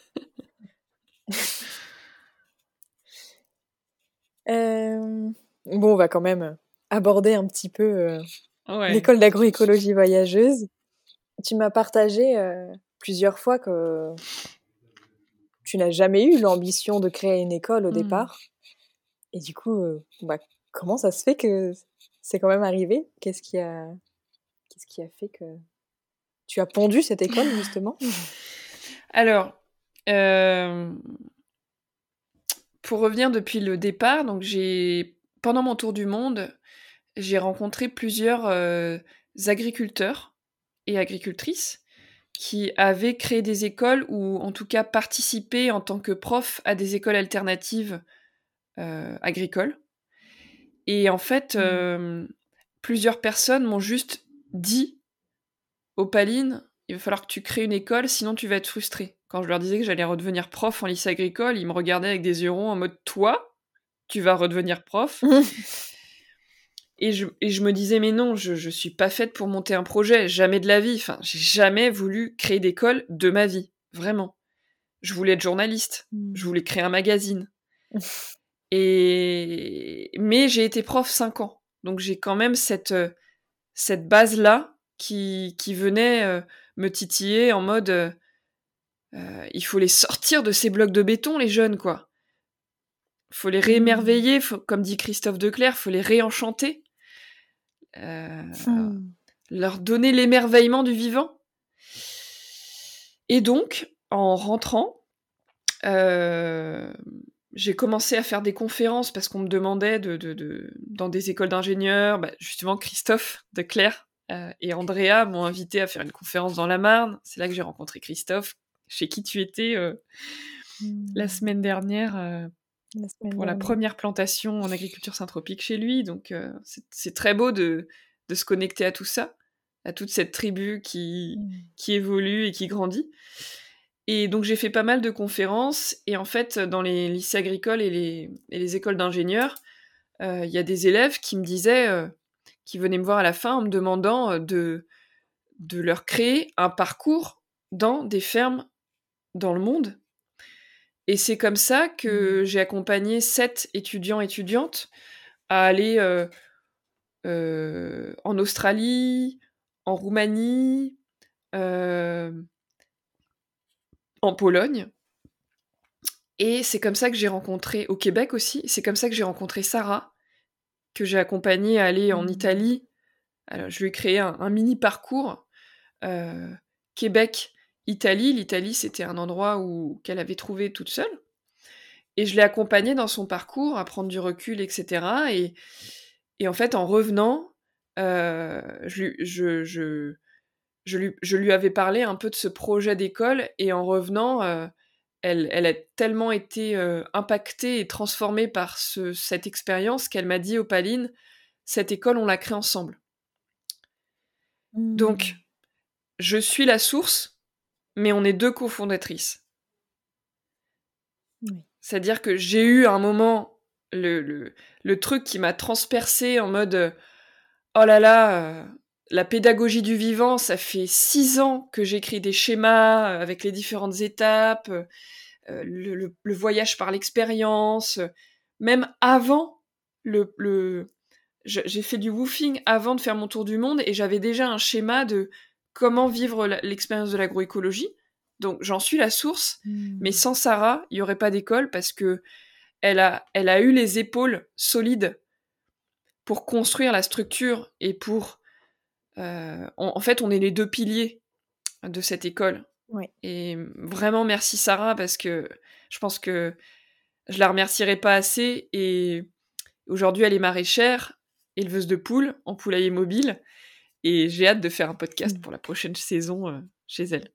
Hem, bon, on va quand même aborder un petit peu, heu, Ouais. l'école d'agroécologie voyageuse. Tu m'as partagé, heu, plusieurs fois que tu n'as jamais eu l'ambition de créer une école au Mm. départ et du coup, heu, bah, comment ça se fait que c'est quand même arrivé? Qu'est-ce qui a qu'est-ce qui a fait que tu as pondu cette école justement? Alors, euh, pour revenir depuis le départ, donc j'ai pendant mon tour du monde, j'ai rencontré plusieurs euh, agriculteurs et agricultrices qui avaient créé des écoles, ou en tout cas participé en tant que prof à des écoles alternatives euh, agricoles. Et en fait, Mmh. euh, plusieurs personnes m'ont juste dit: Opaline, il va falloir que tu crées une école, sinon tu vas être frustrée. Quand je leur disais que j'allais redevenir prof en lycée agricole, ils me regardaient avec des yeux ronds en mode: toi, tu vas redevenir prof? Et je, et je me disais, mais non, je, je suis pas faite pour monter un projet, jamais de la vie. Enfin, j'ai jamais voulu créer d'école de ma vie, vraiment. Je voulais être journaliste, je Mmh. voulais créer un magazine. Et mais j'ai été prof cinq ans, donc j'ai quand même cette euh, cette base-là qui qui venait euh, me titiller en mode euh, euh, il faut les sortir de ces blocs de béton, les jeunes, quoi. faut les réémerveiller, faut, comme dit Christophe Declercq, faut les réenchanter, euh, mmh. leur donner l'émerveillement du vivant. Et donc, en rentrant, euh, j'ai commencé à faire des conférences parce qu'on me demandait de, de, de, dans des écoles d'ingénieurs, bah, justement Christophe Declercq euh, et Andrea m'ont invité à faire une conférence dans la Marne. C'est là que j'ai rencontré Christophe, chez qui tu étais euh, mmh. la semaine dernière euh, la semaine pour dernière. La première plantation en agriculture syntropique chez lui. Donc euh, c'est, c'est très beau de, de se connecter à tout ça, à toute cette tribu qui, mmh. qui évolue et qui grandit. Et donc j'ai fait pas mal de conférences, et en fait dans les lycées agricoles et les, et les écoles d'ingénieurs, il euh, y a des élèves qui me disaient, euh, qui venaient me voir à la fin en me demandant de, de leur créer un parcours dans des fermes dans le monde. Et c'est comme ça que mmh. j'ai accompagné sept étudiants et étudiantes à aller euh, euh, en Australie, en Roumanie, euh, en Pologne. Et c'est comme ça que j'ai rencontré, au Québec aussi, c'est comme ça que j'ai rencontré Sarah, que j'ai accompagnée à aller en Italie. Alors, je lui ai créé un, un mini parcours euh, Québec-Italie. L'Italie, c'était un endroit où, qu'elle avait trouvé toute seule. Et je l'ai accompagnée dans son parcours, à prendre du recul, et cetera. Et, et en fait, en revenant, euh, je, je, je, je, lui, je lui avais parlé un peu de ce projet d'école, et en revenant... Euh, Elle, elle a tellement été euh, impactée et transformée par ce, cette expérience qu'elle m'a dit, Opaline, cette école, on la crée ensemble. Mmh. Donc, je suis la source, mais on est deux cofondatrices. Oui. C'est-à-dire que j'ai eu à un moment le, le, le truc qui m'a transpercée en mode « Oh là là, euh, la pédagogie du vivant, ça fait six ans que j'écris des schémas avec les différentes étapes. » Le, le, le voyage par l'expérience, même avant le, le je, j'ai fait du woofing avant de faire mon tour du monde, et j'avais déjà un schéma de comment vivre la, l'expérience de l'agroécologie. Donc j'en suis la source, mmh. mais sans Sarah, il n'y aurait pas d'école, parce que elle a, elle a eu les épaules solides pour construire la structure, et pour... Euh, en, en fait, on est les deux piliers de cette école. Oui. Et vraiment merci Sarah, parce que je pense que je la remercierai pas assez, et aujourd'hui elle est maraîchère, éleveuse de poules en poulailler mobile, et j'ai hâte de faire un podcast mmh. pour la prochaine saison euh, chez elle.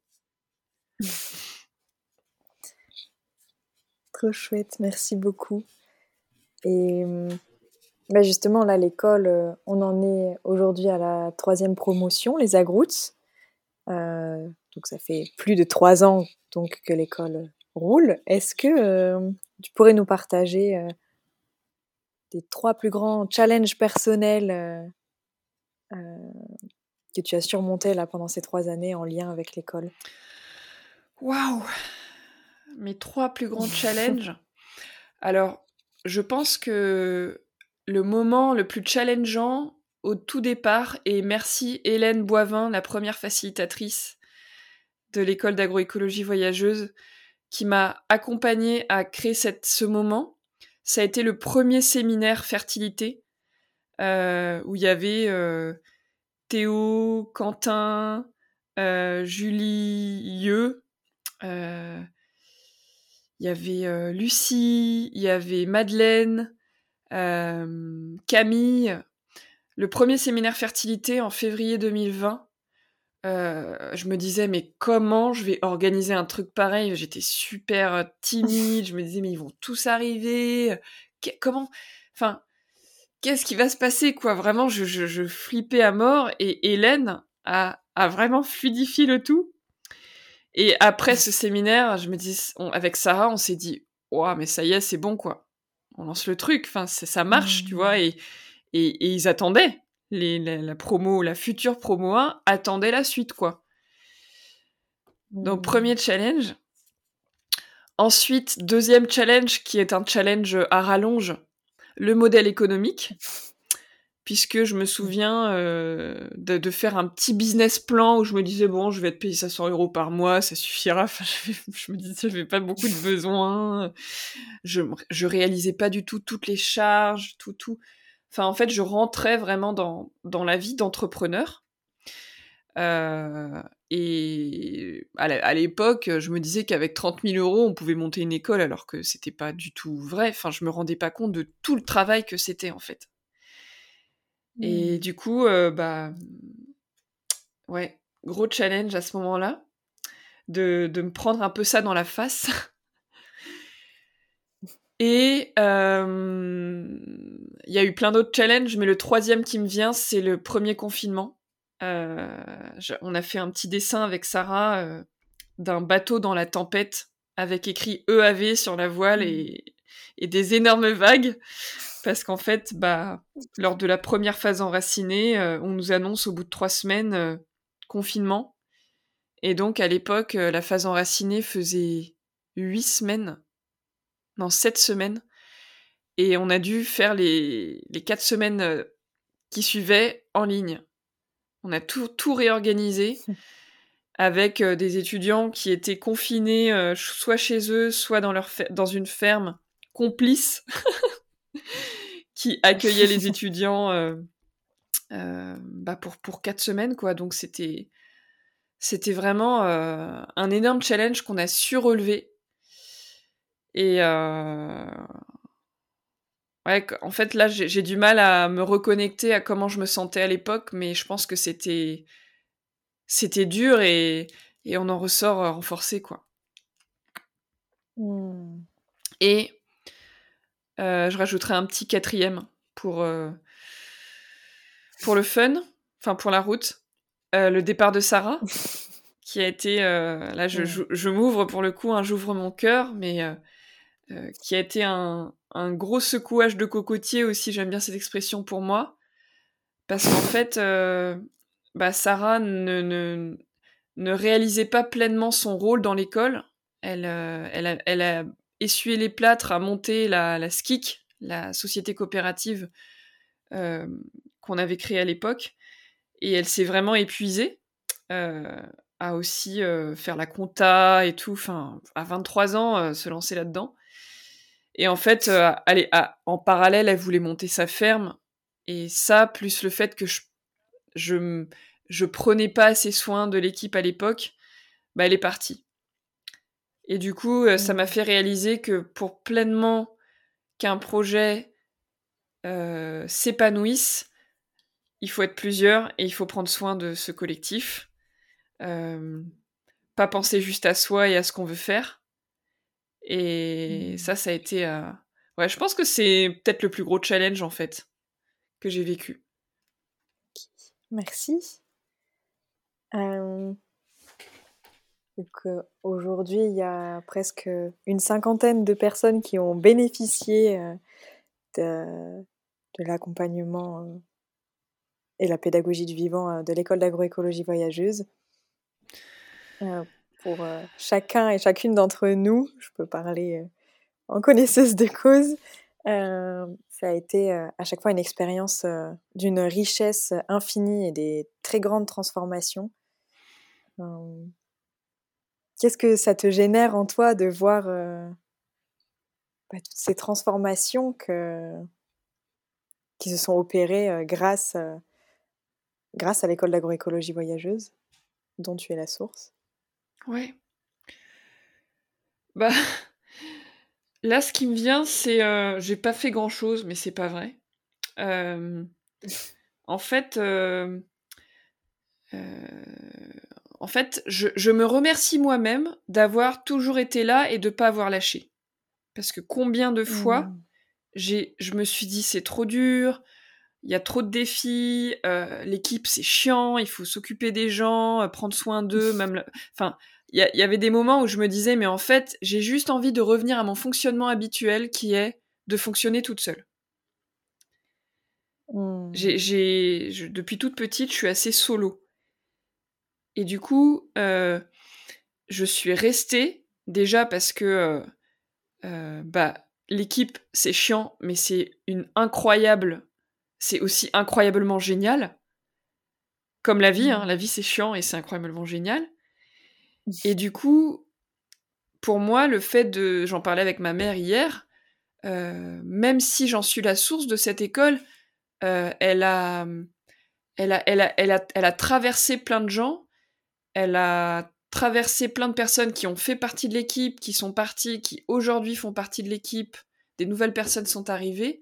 Trop chouette, merci beaucoup. Et bah justement là, l'école, on en est aujourd'hui à la troisième promotion, les Agroots. Euh, donc ça fait plus de trois ans donc que l'école roule. Est-ce que euh, tu pourrais nous partager euh, tes trois plus grands challenges personnels euh, euh, que tu as surmontés là pendant ces trois années en lien avec l'école? Waouh! Mes trois plus grands challenges. Alors, je pense que le moment le plus challengeant au tout départ, et merci Hélène Boivin, la première facilitatrice de l'école d'agroécologie voyageuse, qui m'a accompagnée à créer cette, ce moment, ça a été le premier séminaire fertilité, euh, où il y avait euh, Théo, Quentin, euh, Julie, Yeux, euh, il y avait euh, Lucie, il y avait Madeleine, euh, Camille. Le premier séminaire fertilité en février deux mille vingt, euh, je me disais, mais comment je vais organiser un truc pareil? J'étais super timide, je me disais, mais ils vont tous arriver, Qu- comment... Enfin, qu'est-ce qui va se passer, quoi? Vraiment, je, je, je flippais à mort, et Hélène a, a vraiment fluidifié le tout. Et après ce séminaire, je me dis, on, avec Sarah, on s'est dit, ouah, mais ça y est, c'est bon, quoi. On lance le truc, enfin, c'est, ça marche, mmh. tu vois, et, et, et ils attendaient. Les, la, la promo, la future promo un attendait la suite, quoi. Mmh. Donc, premier challenge. Ensuite, deuxième challenge, qui est un challenge à rallonge, le modèle économique. puisque je me souviens euh, de, de faire un petit business plan où je me disais, bon, je vais être payé cinq cents euros par mois, ça suffira. Enfin, je, je me disais, je n'avais pas beaucoup de besoins. Je, je réalisais pas du tout toutes les charges, tout, tout. Enfin, en fait, je rentrais vraiment dans, dans la vie d'entrepreneur. Euh, et à, la, à l'époque, je me disais qu'avec trente mille euros, on pouvait monter une école, alors que c'était pas du tout vrai. Enfin, je me rendais pas compte de tout le travail que c'était, en fait. Et Mmh. du coup, euh, bah, ouais, gros challenge à ce moment-là, de, de me prendre un peu ça dans la face. Et il euh, y a eu plein d'autres challenges, mais le troisième qui me vient, c'est le premier confinement. Euh, je, on a fait un petit dessin avec Sarah euh, d'un bateau dans la tempête, avec écrit E A V sur la voile Mmh. et, et des énormes vagues. Parce qu'en fait, bah, lors de la première phase enracinée, euh, on nous annonce au bout de trois semaines euh, confinement. Et donc, à l'époque, euh, la phase enracinée faisait huit semaines. Non, sept semaines. Et on a dû faire les, les quatre semaines euh, qui suivaient en ligne. On a tout, tout réorganisé avec euh, des étudiants qui étaient confinés euh, soit chez eux, soit dans, leur fer- dans une ferme complice qui accueillait les étudiants euh, euh, bah pour, pour quatre semaines, quoi. Donc c'était, c'était vraiment euh, un énorme challenge qu'on a su relever. Et euh, ouais, en fait, là, j'ai, j'ai du mal à me reconnecter à comment je me sentais à l'époque, mais je pense que c'était, c'était dur et, et on en ressort euh, renforcé, quoi. Mmh. Et euh, je rajouterai un petit quatrième pour, euh, pour le fun, enfin pour la route, euh, le départ de Sarah, qui a été, euh, là je, je, Mmh. je m'ouvre pour le coup, hein, j'ouvre mon cœur, mais euh, euh, qui a été un, un gros secouage de cocotier aussi, j'aime bien cette expression pour moi, parce qu'en fait, euh, bah, Sarah ne, ne, ne réalisait pas pleinement son rôle dans l'école. Elle, euh, elle, a, elle a essuyé les plâtres à monter la, la S C I C, la société coopérative euh, qu'on avait créée à l'époque, et elle s'est vraiment épuisée euh, à aussi euh, faire la compta et tout. Enfin, à vingt-trois ans, euh, se lancer là-dedans. Et en fait, euh, allez, à, en parallèle, elle voulait monter sa ferme. Et ça, plus le fait que je, je, je prenais pas assez soin de l'équipe à l'époque, bah, elle est partie. Et du coup, euh, ça m'a Mmh. fait réaliser que pour pleinement qu'un projet euh, s'épanouisse, il faut être plusieurs et il faut prendre soin de ce collectif. Euh, pas penser juste à soi et à ce qu'on veut faire. Et Mmh. ça, ça a été... Euh... Ouais, je pense que c'est peut-être le plus gros challenge, en fait, que j'ai vécu. Merci. Hem, donc, heu, aujourd'hui, il y a presque une cinquantaine de personnes qui ont bénéficié, heu, de de l'accompagnement, heu et la pédagogie du vivant, heu, de l'école d'agroécologie voyageuse. Heu, pour, heu, chacun et chacune d'entre nous, je peux parler, heu, en connaisseuse de cause, hem, ça a été, heu, à chaque fois une expérience, heu, d'une richesse infinie et des très grandes transformations. Hem, qu'est-ce que ça te génère en toi de voir, heu, bah, toutes ces transformations que qui se sont opérées, heu, grâce, heu, grâce à l'école d'agroécologie voyageuse, dont tu es la source? Ouais. Bah, là, ce qui me vient, c'est... Euh, j'ai pas fait grand-chose, mais c'est pas vrai. Euh, en fait... Euh, euh, en fait, je, je me remercie moi-même d'avoir toujours été là et de pas avoir lâché. Parce que combien de fois, Mmh. j'ai, je me suis dit, c'est trop dur, il y a trop de défis, euh, l'équipe c'est chiant, il faut s'occuper des gens, euh, prendre soin d'eux, même... le- Enfin, il y, y avait des moments où je me disais, mais en fait, j'ai juste envie de revenir à mon fonctionnement habituel qui est de fonctionner toute seule. Mmh. J'ai, j'ai, je- depuis toute petite, je suis assez solo. Et du coup, euh, je suis restée, déjà parce que euh, euh, bah, l'équipe, c'est chiant, mais c'est une incroyable c'est aussi incroyablement génial. Comme la vie, hein, Mmh. la vie c'est chiant et c'est incroyablement génial. Et du coup, pour moi, le fait de... J'en parlais avec ma mère hier, euh, même si j'en suis la source de cette école, euh, elle, a, elle, a, elle, a, elle, a, elle a traversé plein de gens, elle a traversé plein de personnes qui ont fait partie de l'équipe, qui sont parties, qui aujourd'hui font partie de l'équipe, des nouvelles personnes sont arrivées.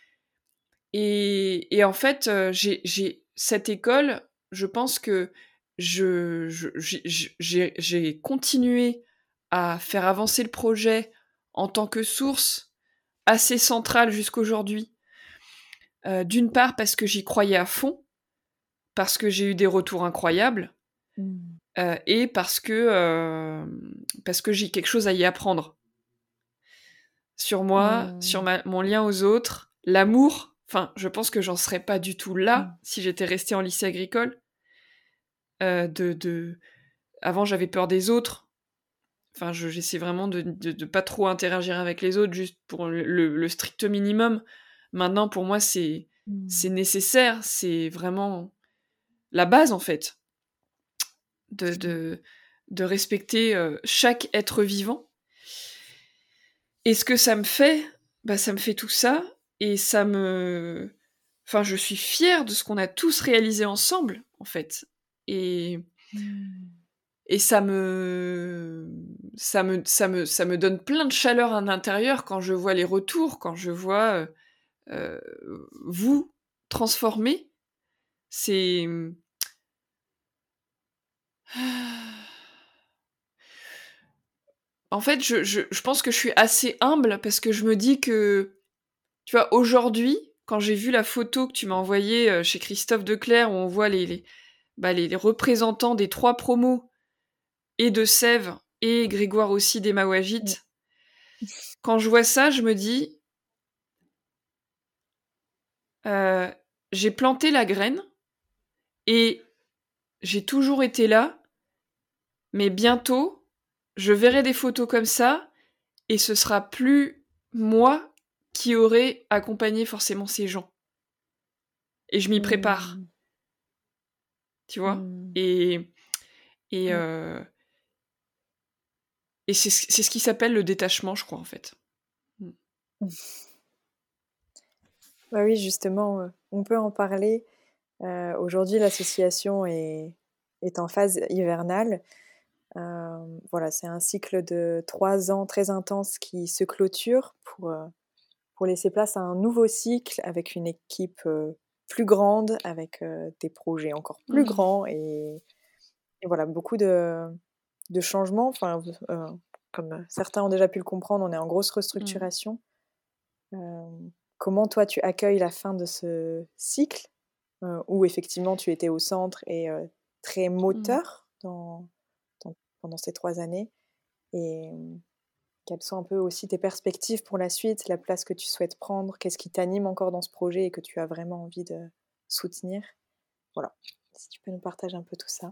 Et, et en fait, euh, j'ai, j'ai cette école, je pense que je, je, j'ai, j'ai, j'ai continué à faire avancer le projet en tant que source assez centrale jusqu'aujourd'hui. Euh, d'une part parce que j'y croyais à fond, parce que j'ai eu des retours incroyables, Mmh. euh, et parce que, euh, parce que j'ai quelque chose à y apprendre. Sur moi, sur Mmh. ma, mon lien aux autres, l'amour. Enfin, je pense que j'en serais pas du tout là Mmh. si j'étais restée en lycée agricole. Euh, de, de... Avant, j'avais peur des autres. Enfin, je, j'essaie vraiment de, de, de pas trop interagir avec les autres, juste pour le, le, le strict minimum. Maintenant, pour moi, c'est, c'est Mmh. nécessaire. C'est vraiment la base, en fait, de, de, de respecter euh, chaque être vivant. Et ce que ça me fait, bah, ça me fait tout ça, et ça me... Enfin, je suis fière de ce qu'on a tous réalisé ensemble, en fait. Et, Mmh. et ça me... Ça me, ça, me, ça me donne plein de chaleur à l'intérieur quand je vois les retours, quand je vois euh, euh, vous transformer. C'est... En fait, je, je, je pense que je suis assez humble parce que je me dis que, tu vois, aujourd'hui, quand j'ai vu la photo que tu m'as envoyée euh, chez Christophe Declercq, où on voit les, les, bah, les, les représentants des trois promos, et de Sèvres, et Grégoire aussi des Mmh. Mawajites, quand je vois ça, je me dis, euh, j'ai planté la graine, et j'ai toujours été là, mais bientôt, je verrai des photos comme ça, et ce sera plus moi qui aurai accompagné forcément ces gens. Et je m'y prépare, Mmh. tu vois. Mmh. Et, et, Ouais. euh, et c'est, c'est ce qui s'appelle le détachement, je crois, en fait. Mm. Bah oui, justement, euh, on peut en parler. Euh, aujourd'hui, l'association est, est en phase hivernale. Euh, voilà, c'est un cycle de trois ans très intense qui se clôture pour, euh, pour laisser place à un nouveau cycle avec une équipe euh, plus grande, avec euh, des projets encore plus Mm. grands et, et voilà, beaucoup de, de changements. Enfin, euh, comme certains ont déjà pu le comprendre, on est en grosse Mm. restructuration. Euh, Comment toi tu accueilles la fin de ce cycle euh, où effectivement tu étais au centre et euh, très Mm. moteur dans, dans- pendant ces trois années et euh, quelles sont un peu aussi tes perspectives pour la suite, la place que tu souhaites prendre, qu'est-ce qui t'anime encore dans ce projet et que tu as vraiment envie de soutenir. Voilà, si tu peux nous partager un peu tout ça.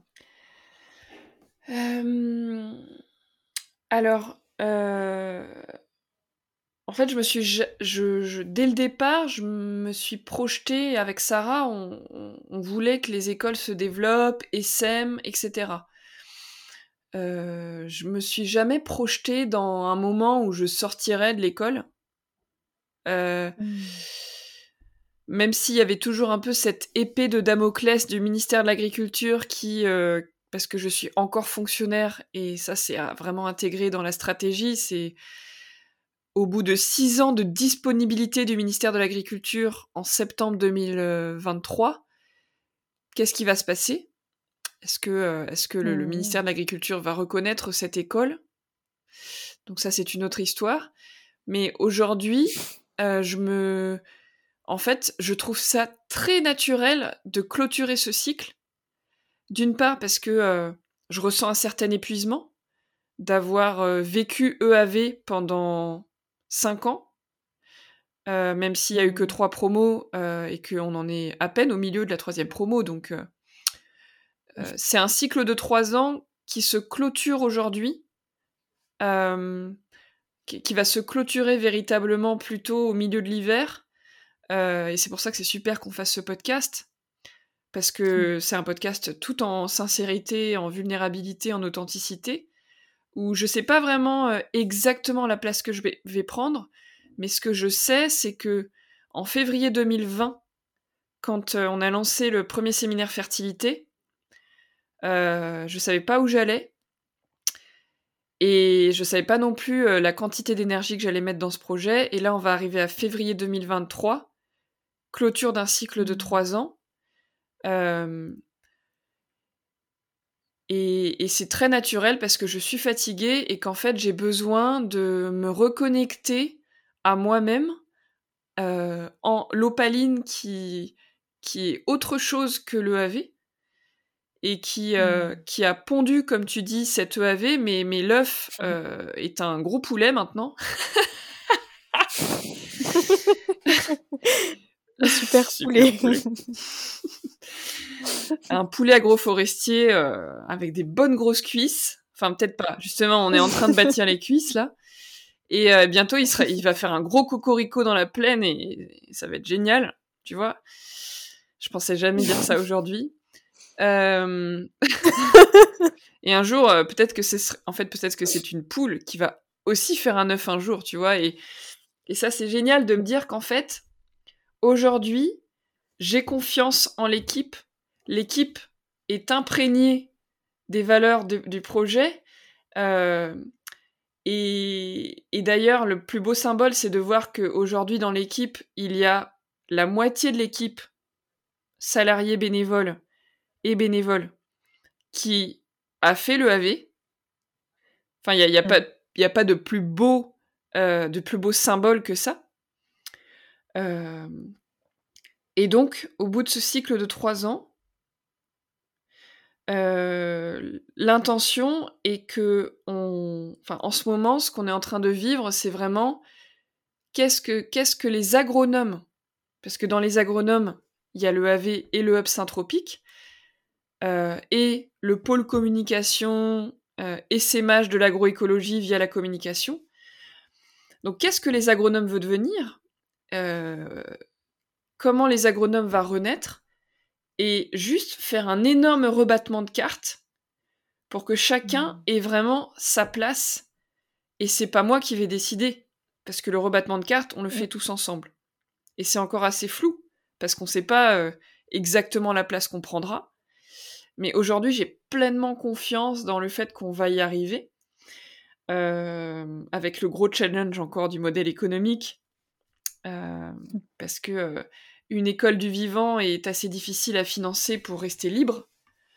Euh, alors, euh, en fait, je me suis, je, je- je- dès le départ, je me suis projetée avec Sarah. On, on- on voulait que les écoles se développent, essaiment, et cetera. Euh, je me suis jamais projetée dans un moment où je sortirais de l'école. Euh, Mmh. Même s'il y avait toujours un peu cette épée de Damoclès du ministère de l'Agriculture qui, euh, parce que je suis encore fonctionnaire, et ça c'est à- vraiment intégré dans la stratégie, c'est au bout de six ans de disponibilité du ministère de l'Agriculture en septembre deux mille vingt-trois, qu'est-ce qui va se passer? Est-ce que, euh, est-ce que le, le Mmh. ministère de l'Agriculture va reconnaître cette école? Donc ça c'est une autre histoire. Mais aujourd'hui, euh, je me... En fait, je trouve ça très naturel de clôturer ce cycle. D'une part parce que euh, je ressens un certain épuisement d'avoir euh, vécu E A V pendant cinq ans, euh, même s'il y a eu que Mmh. trois promos euh, et qu'on en est à peine au milieu de la troisième promo. Donc euh, euh, c'est un cycle de trois ans qui se clôture aujourd'hui, euh, qui, qui va se clôturer véritablement plutôt au milieu de l'hiver, Euh, et c'est pour ça que c'est super qu'on fasse ce podcast, parce que c'est un podcast tout en sincérité, en vulnérabilité, en authenticité, où je sais pas vraiment euh, exactement la place que je vais, vais prendre, mais ce que je sais, c'est que en février deux mille vingt, quand euh, on a lancé le premier séminaire fertilité, euh, je savais pas où j'allais, et je savais pas non plus euh, la quantité d'énergie que j'allais mettre dans ce projet, et là on va arriver à février deux mille vingt-trois, clôture d'un cycle de trois ans, euh, et, et c'est très naturel parce que je suis fatiguée et qu'en fait j'ai besoin de me reconnecter à moi-même, euh, en l'opaline qui, qui est autre chose que l'E A V, et qui, euh, Mmh. qui a pondu, comme tu dis, cet E A V, mais, mais l'œuf euh, est un gros poulet maintenant. Le super Super poulet. poulet. Un poulet agroforestier euh, avec des bonnes grosses cuisses. Enfin, peut-être pas. Justement, on est en train de bâtir les cuisses, là. Et euh, bientôt, il, sera, il va faire un gros cocorico dans la plaine et, et ça va être génial, tu vois. Je pensais jamais dire ça aujourd'hui. Euh... et un jour, euh, peut-être que c'est, en fait, peut-être que c'est une poule qui va aussi faire un œuf un jour, tu vois. Et, et ça, c'est génial de me dire qu'en fait, aujourd'hui, j'ai confiance en l'équipe. L'équipe est imprégnée des valeurs de, du projet. Euh, et, et d'ailleurs, le plus beau symbole, c'est de voir qu'aujourd'hui, dans l'équipe, il y a la moitié de l'équipe, salariés bénévoles et bénévoles, qui a fait le A V. Enfin, il n'y a, y a, pas, y a pas de plus beau, euh, de plus beau symbole que ça. Euh, et donc, au bout de ce cycle de trois ans, Euh, l'intention est que, on... enfin, en ce moment, ce qu'on est en train de vivre, c'est vraiment qu'est-ce que, qu'est-ce que les agronomes, parce que dans les agronomes, il y a le A V et le Hub Saint-Tropique, euh, et le pôle communication, euh, essaimage de l'agroécologie via la communication. Donc, qu'est-ce que les agronomes veulent devenir, euh, comment les agronomes vont renaître, et juste faire un énorme rebattement de cartes pour que chacun ait vraiment sa place. Et c'est pas moi qui vais décider, parce que le rebattement de cartes, on le fait tous ensemble. Et c'est encore assez flou, parce qu'on sait pas euh, exactement la place qu'on prendra. Mais aujourd'hui, j'ai pleinement confiance dans le fait qu'on va y arriver, euh, avec le gros challenge encore du modèle économique, euh, parce que euh, une école du vivant est assez difficile à financer pour rester libre.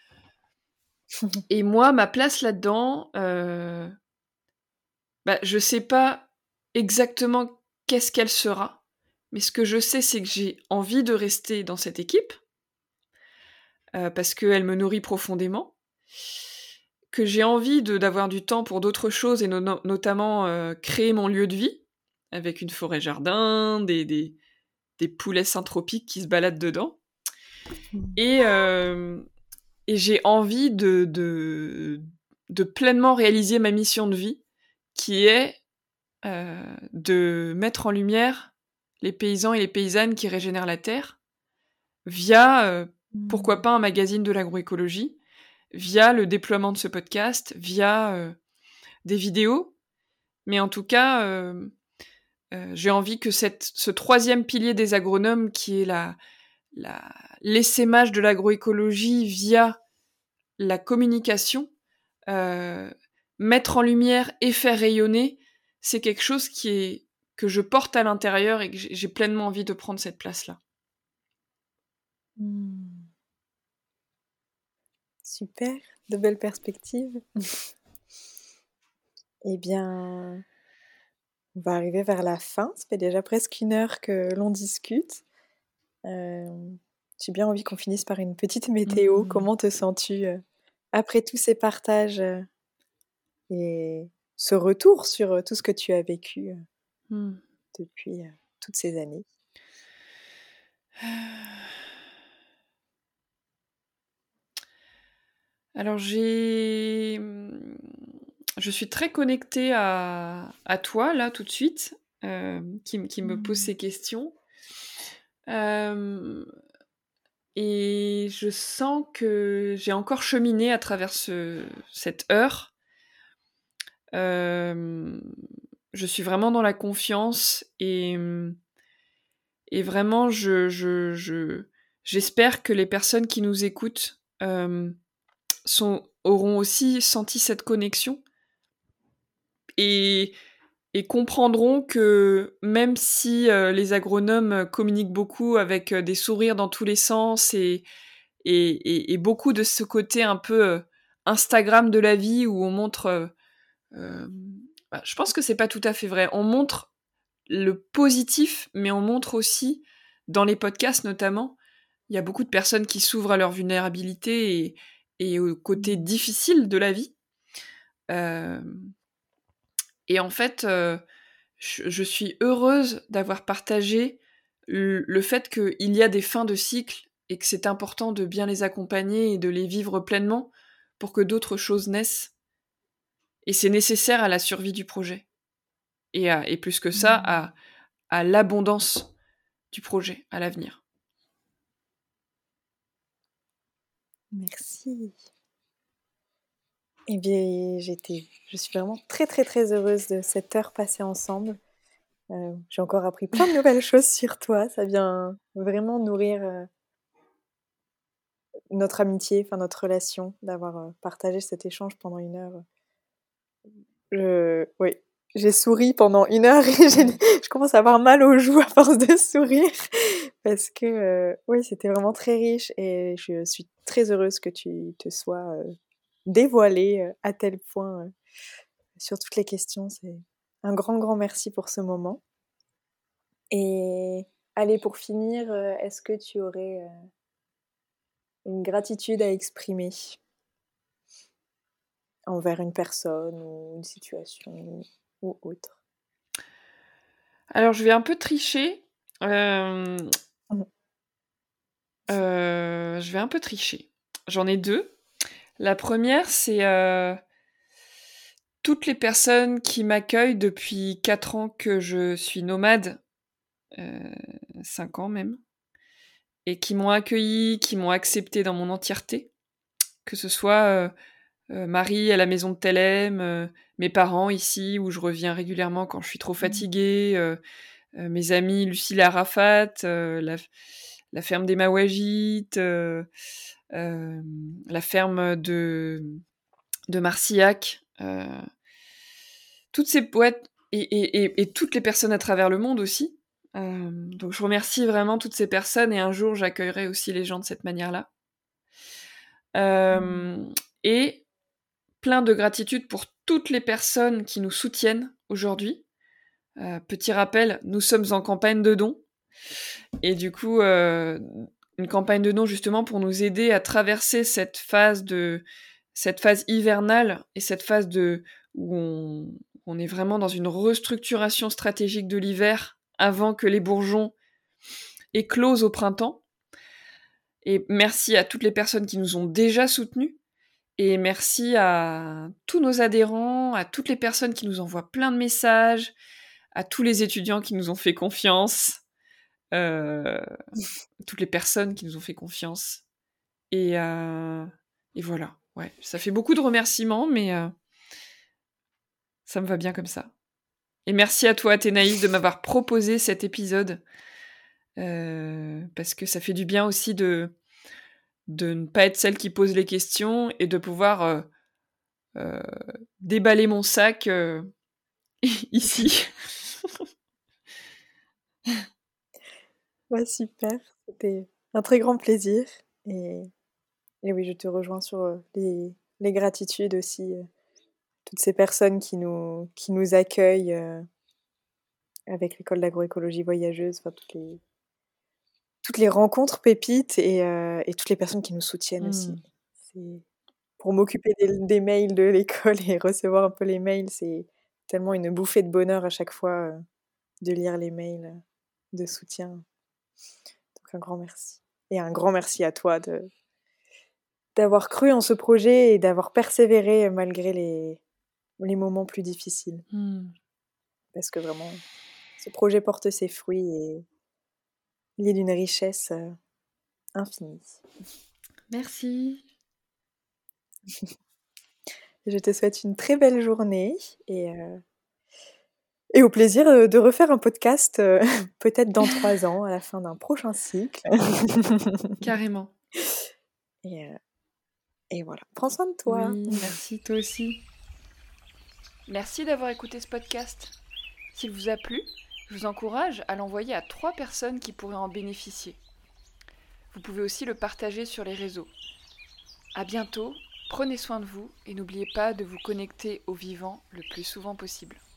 Et moi, ma place là-dedans, euh, bah, je sais pas exactement qu'est-ce qu'elle sera, mais ce que je sais, c'est que j'ai envie de rester dans cette équipe, euh, parce qu'elle me nourrit profondément, que j'ai envie de, d'avoir du temps pour d'autres choses, et no- notamment euh, créer mon lieu de vie, avec une forêt-jardin, des, des, des poulets synthropiques qui se baladent dedans. Et, euh, et j'ai envie de, de, de pleinement réaliser ma mission de vie, qui est euh, de mettre en lumière les paysans et les paysannes qui régénèrent la terre via, euh, pourquoi pas, un magazine de l'agroécologie, via le déploiement de ce podcast, via euh, des vidéos. Mais en tout cas, euh, euh, j'ai envie que cette, ce troisième pilier des agronomes, qui est la, la, l'essaimage de l'agroécologie via la communication, euh, mettre en lumière et faire rayonner, c'est quelque chose qui est, que je porte à l'intérieur et que j'ai, j'ai pleinement envie de prendre cette place-là. Mmh. Super, de belles perspectives. Eh bien, on va arriver vers la fin. Ça fait déjà presque une heure que l'on discute. Euh, j'ai bien envie qu'on finisse par une petite météo. Mmh. Comment te sens-tu euh, après tous ces partages euh, et ce retour sur euh, tout ce que tu as vécu euh, Mmh. depuis euh, toutes ces années? Alors j'ai... Je suis très connectée à, à toi, là, tout de suite, euh, qui, qui me pose Mmh. ces questions. Euh, et je sens que j'ai encore cheminé à travers ce, cette heure. Euh, je suis vraiment dans la confiance et, et vraiment, je, je, je, j'espère que les personnes qui nous écoutent euh, sont, auront aussi senti cette connexion et, et comprendront que même si euh, les agronomes communiquent beaucoup avec euh, des sourires dans tous les sens et, et, et, et beaucoup de ce côté un peu euh, Instagram de la vie où on montre... Euh, euh, bah, je pense que c'est pas tout à fait vrai. On montre le positif, mais on montre aussi, dans les podcasts notamment, il y a beaucoup de personnes qui s'ouvrent à leur vulnérabilité et, et au côté difficile de la vie. Euh, et en fait, euh, je, je suis heureuse d'avoir partagé le, le fait qu'il y a des fins de cycle et que c'est important de bien les accompagner et de les vivre pleinement pour que d'autres choses naissent. Et c'est nécessaire à la survie du projet. Et, à, et plus que ça, à, à l'abondance du projet, à l'avenir. Merci. Eh bien, j'étais, je suis vraiment très très très heureuse de cette heure passée ensemble. Euh, j'ai encore appris plein de nouvelles choses sur toi. Ça vient vraiment nourrir euh, notre amitié, enfin notre relation, d'avoir euh, partagé cet échange pendant une heure. Je, oui, j'ai souri pendant une heure et j'ai, je commence à avoir mal aux joues à force de sourire parce que euh, oui, c'était vraiment très riche et je suis très heureuse que tu te sois euh, dévoilée euh, à tel point euh, sur toutes les questions. C'est un grand, grand merci pour ce moment. Et allez, pour finir, euh, est-ce que tu aurais euh, une gratitude à exprimer envers une personne ou une situation ou autre? Alors, je vais un peu tricher. Euh, Mmh. euh, je vais un peu tricher. J'en ai deux. La première, c'est euh, toutes les personnes qui m'accueillent depuis quatre ans que je suis nomade, euh, cinq ans même, et qui m'ont accueilli, qui m'ont accepté dans mon entièreté, que ce soit euh, euh, Marie à la maison de Thelem, euh, mes parents ici où je reviens régulièrement quand je suis trop fatiguée, euh, euh, mes amis Lucille et Arafat, euh, la, la ferme des Mawagites, euh, euh, la ferme de, de Marcillac, euh, toutes ces poètes et, et, et, et toutes les personnes à travers le monde aussi. Euh, donc je remercie vraiment toutes ces personnes et un jour j'accueillerai aussi les gens de cette manière-là. Euh, et plein de gratitude pour toutes les personnes qui nous soutiennent aujourd'hui. Euh, petit rappel, nous sommes en campagne de dons. Et du coup, euh, une campagne de dons justement pour nous aider à traverser cette phase de cette phase hivernale et cette phase de où on, on est vraiment dans une restructuration stratégique de l'hiver avant que les bourgeons éclosent au printemps. Et merci à toutes les personnes qui nous ont déjà soutenus. Et merci à tous nos adhérents, à toutes les personnes qui nous envoient plein de messages, à tous les étudiants qui nous ont fait confiance, euh, toutes les personnes qui nous ont fait confiance. Et, euh, et voilà, ouais, ça fait beaucoup de remerciements, mais euh, ça me va bien comme ça. Et merci à toi, Athénaïs, de m'avoir proposé cet épisode, euh, parce que ça fait du bien aussi de, de ne pas être celle qui pose les questions et de pouvoir euh, euh, déballer mon sac euh, ici. Ouais, super, c'était un très grand plaisir et, et oui, je te rejoins sur euh, les, les gratitudes aussi, euh, toutes ces personnes qui nous, qui nous accueillent euh, avec l'école d'agroécologie voyageuse, enfin toutes les, toutes les rencontres pépites et, euh, et toutes les personnes qui nous soutiennent aussi. Mm. C'est, pour m'occuper des, des mails de l'école et recevoir un peu les mails, c'est tellement une bouffée de bonheur à chaque fois euh, de lire les mails de soutien. Donc un grand merci. Et un grand merci à toi de, d'avoir cru en ce projet et d'avoir persévéré malgré les, les moments plus difficiles. Mm. Parce que vraiment, ce projet porte ses fruits et, il est d'une richesse euh, infinie. Merci. Je te souhaite une très belle journée et, euh, et au plaisir euh, de refaire un podcast euh, peut-être dans trois ans, à la fin d'un prochain cycle. Carrément. Et, euh, et voilà, prends soin de toi. Oui, merci toi aussi. Merci d'avoir écouté ce podcast. S'il vous a plu, je vous encourage à l'envoyer à trois personnes qui pourraient en bénéficier. Vous pouvez aussi le partager sur les réseaux. À bientôt, prenez soin de vous et n'oubliez pas de vous connecter au vivant le plus souvent possible.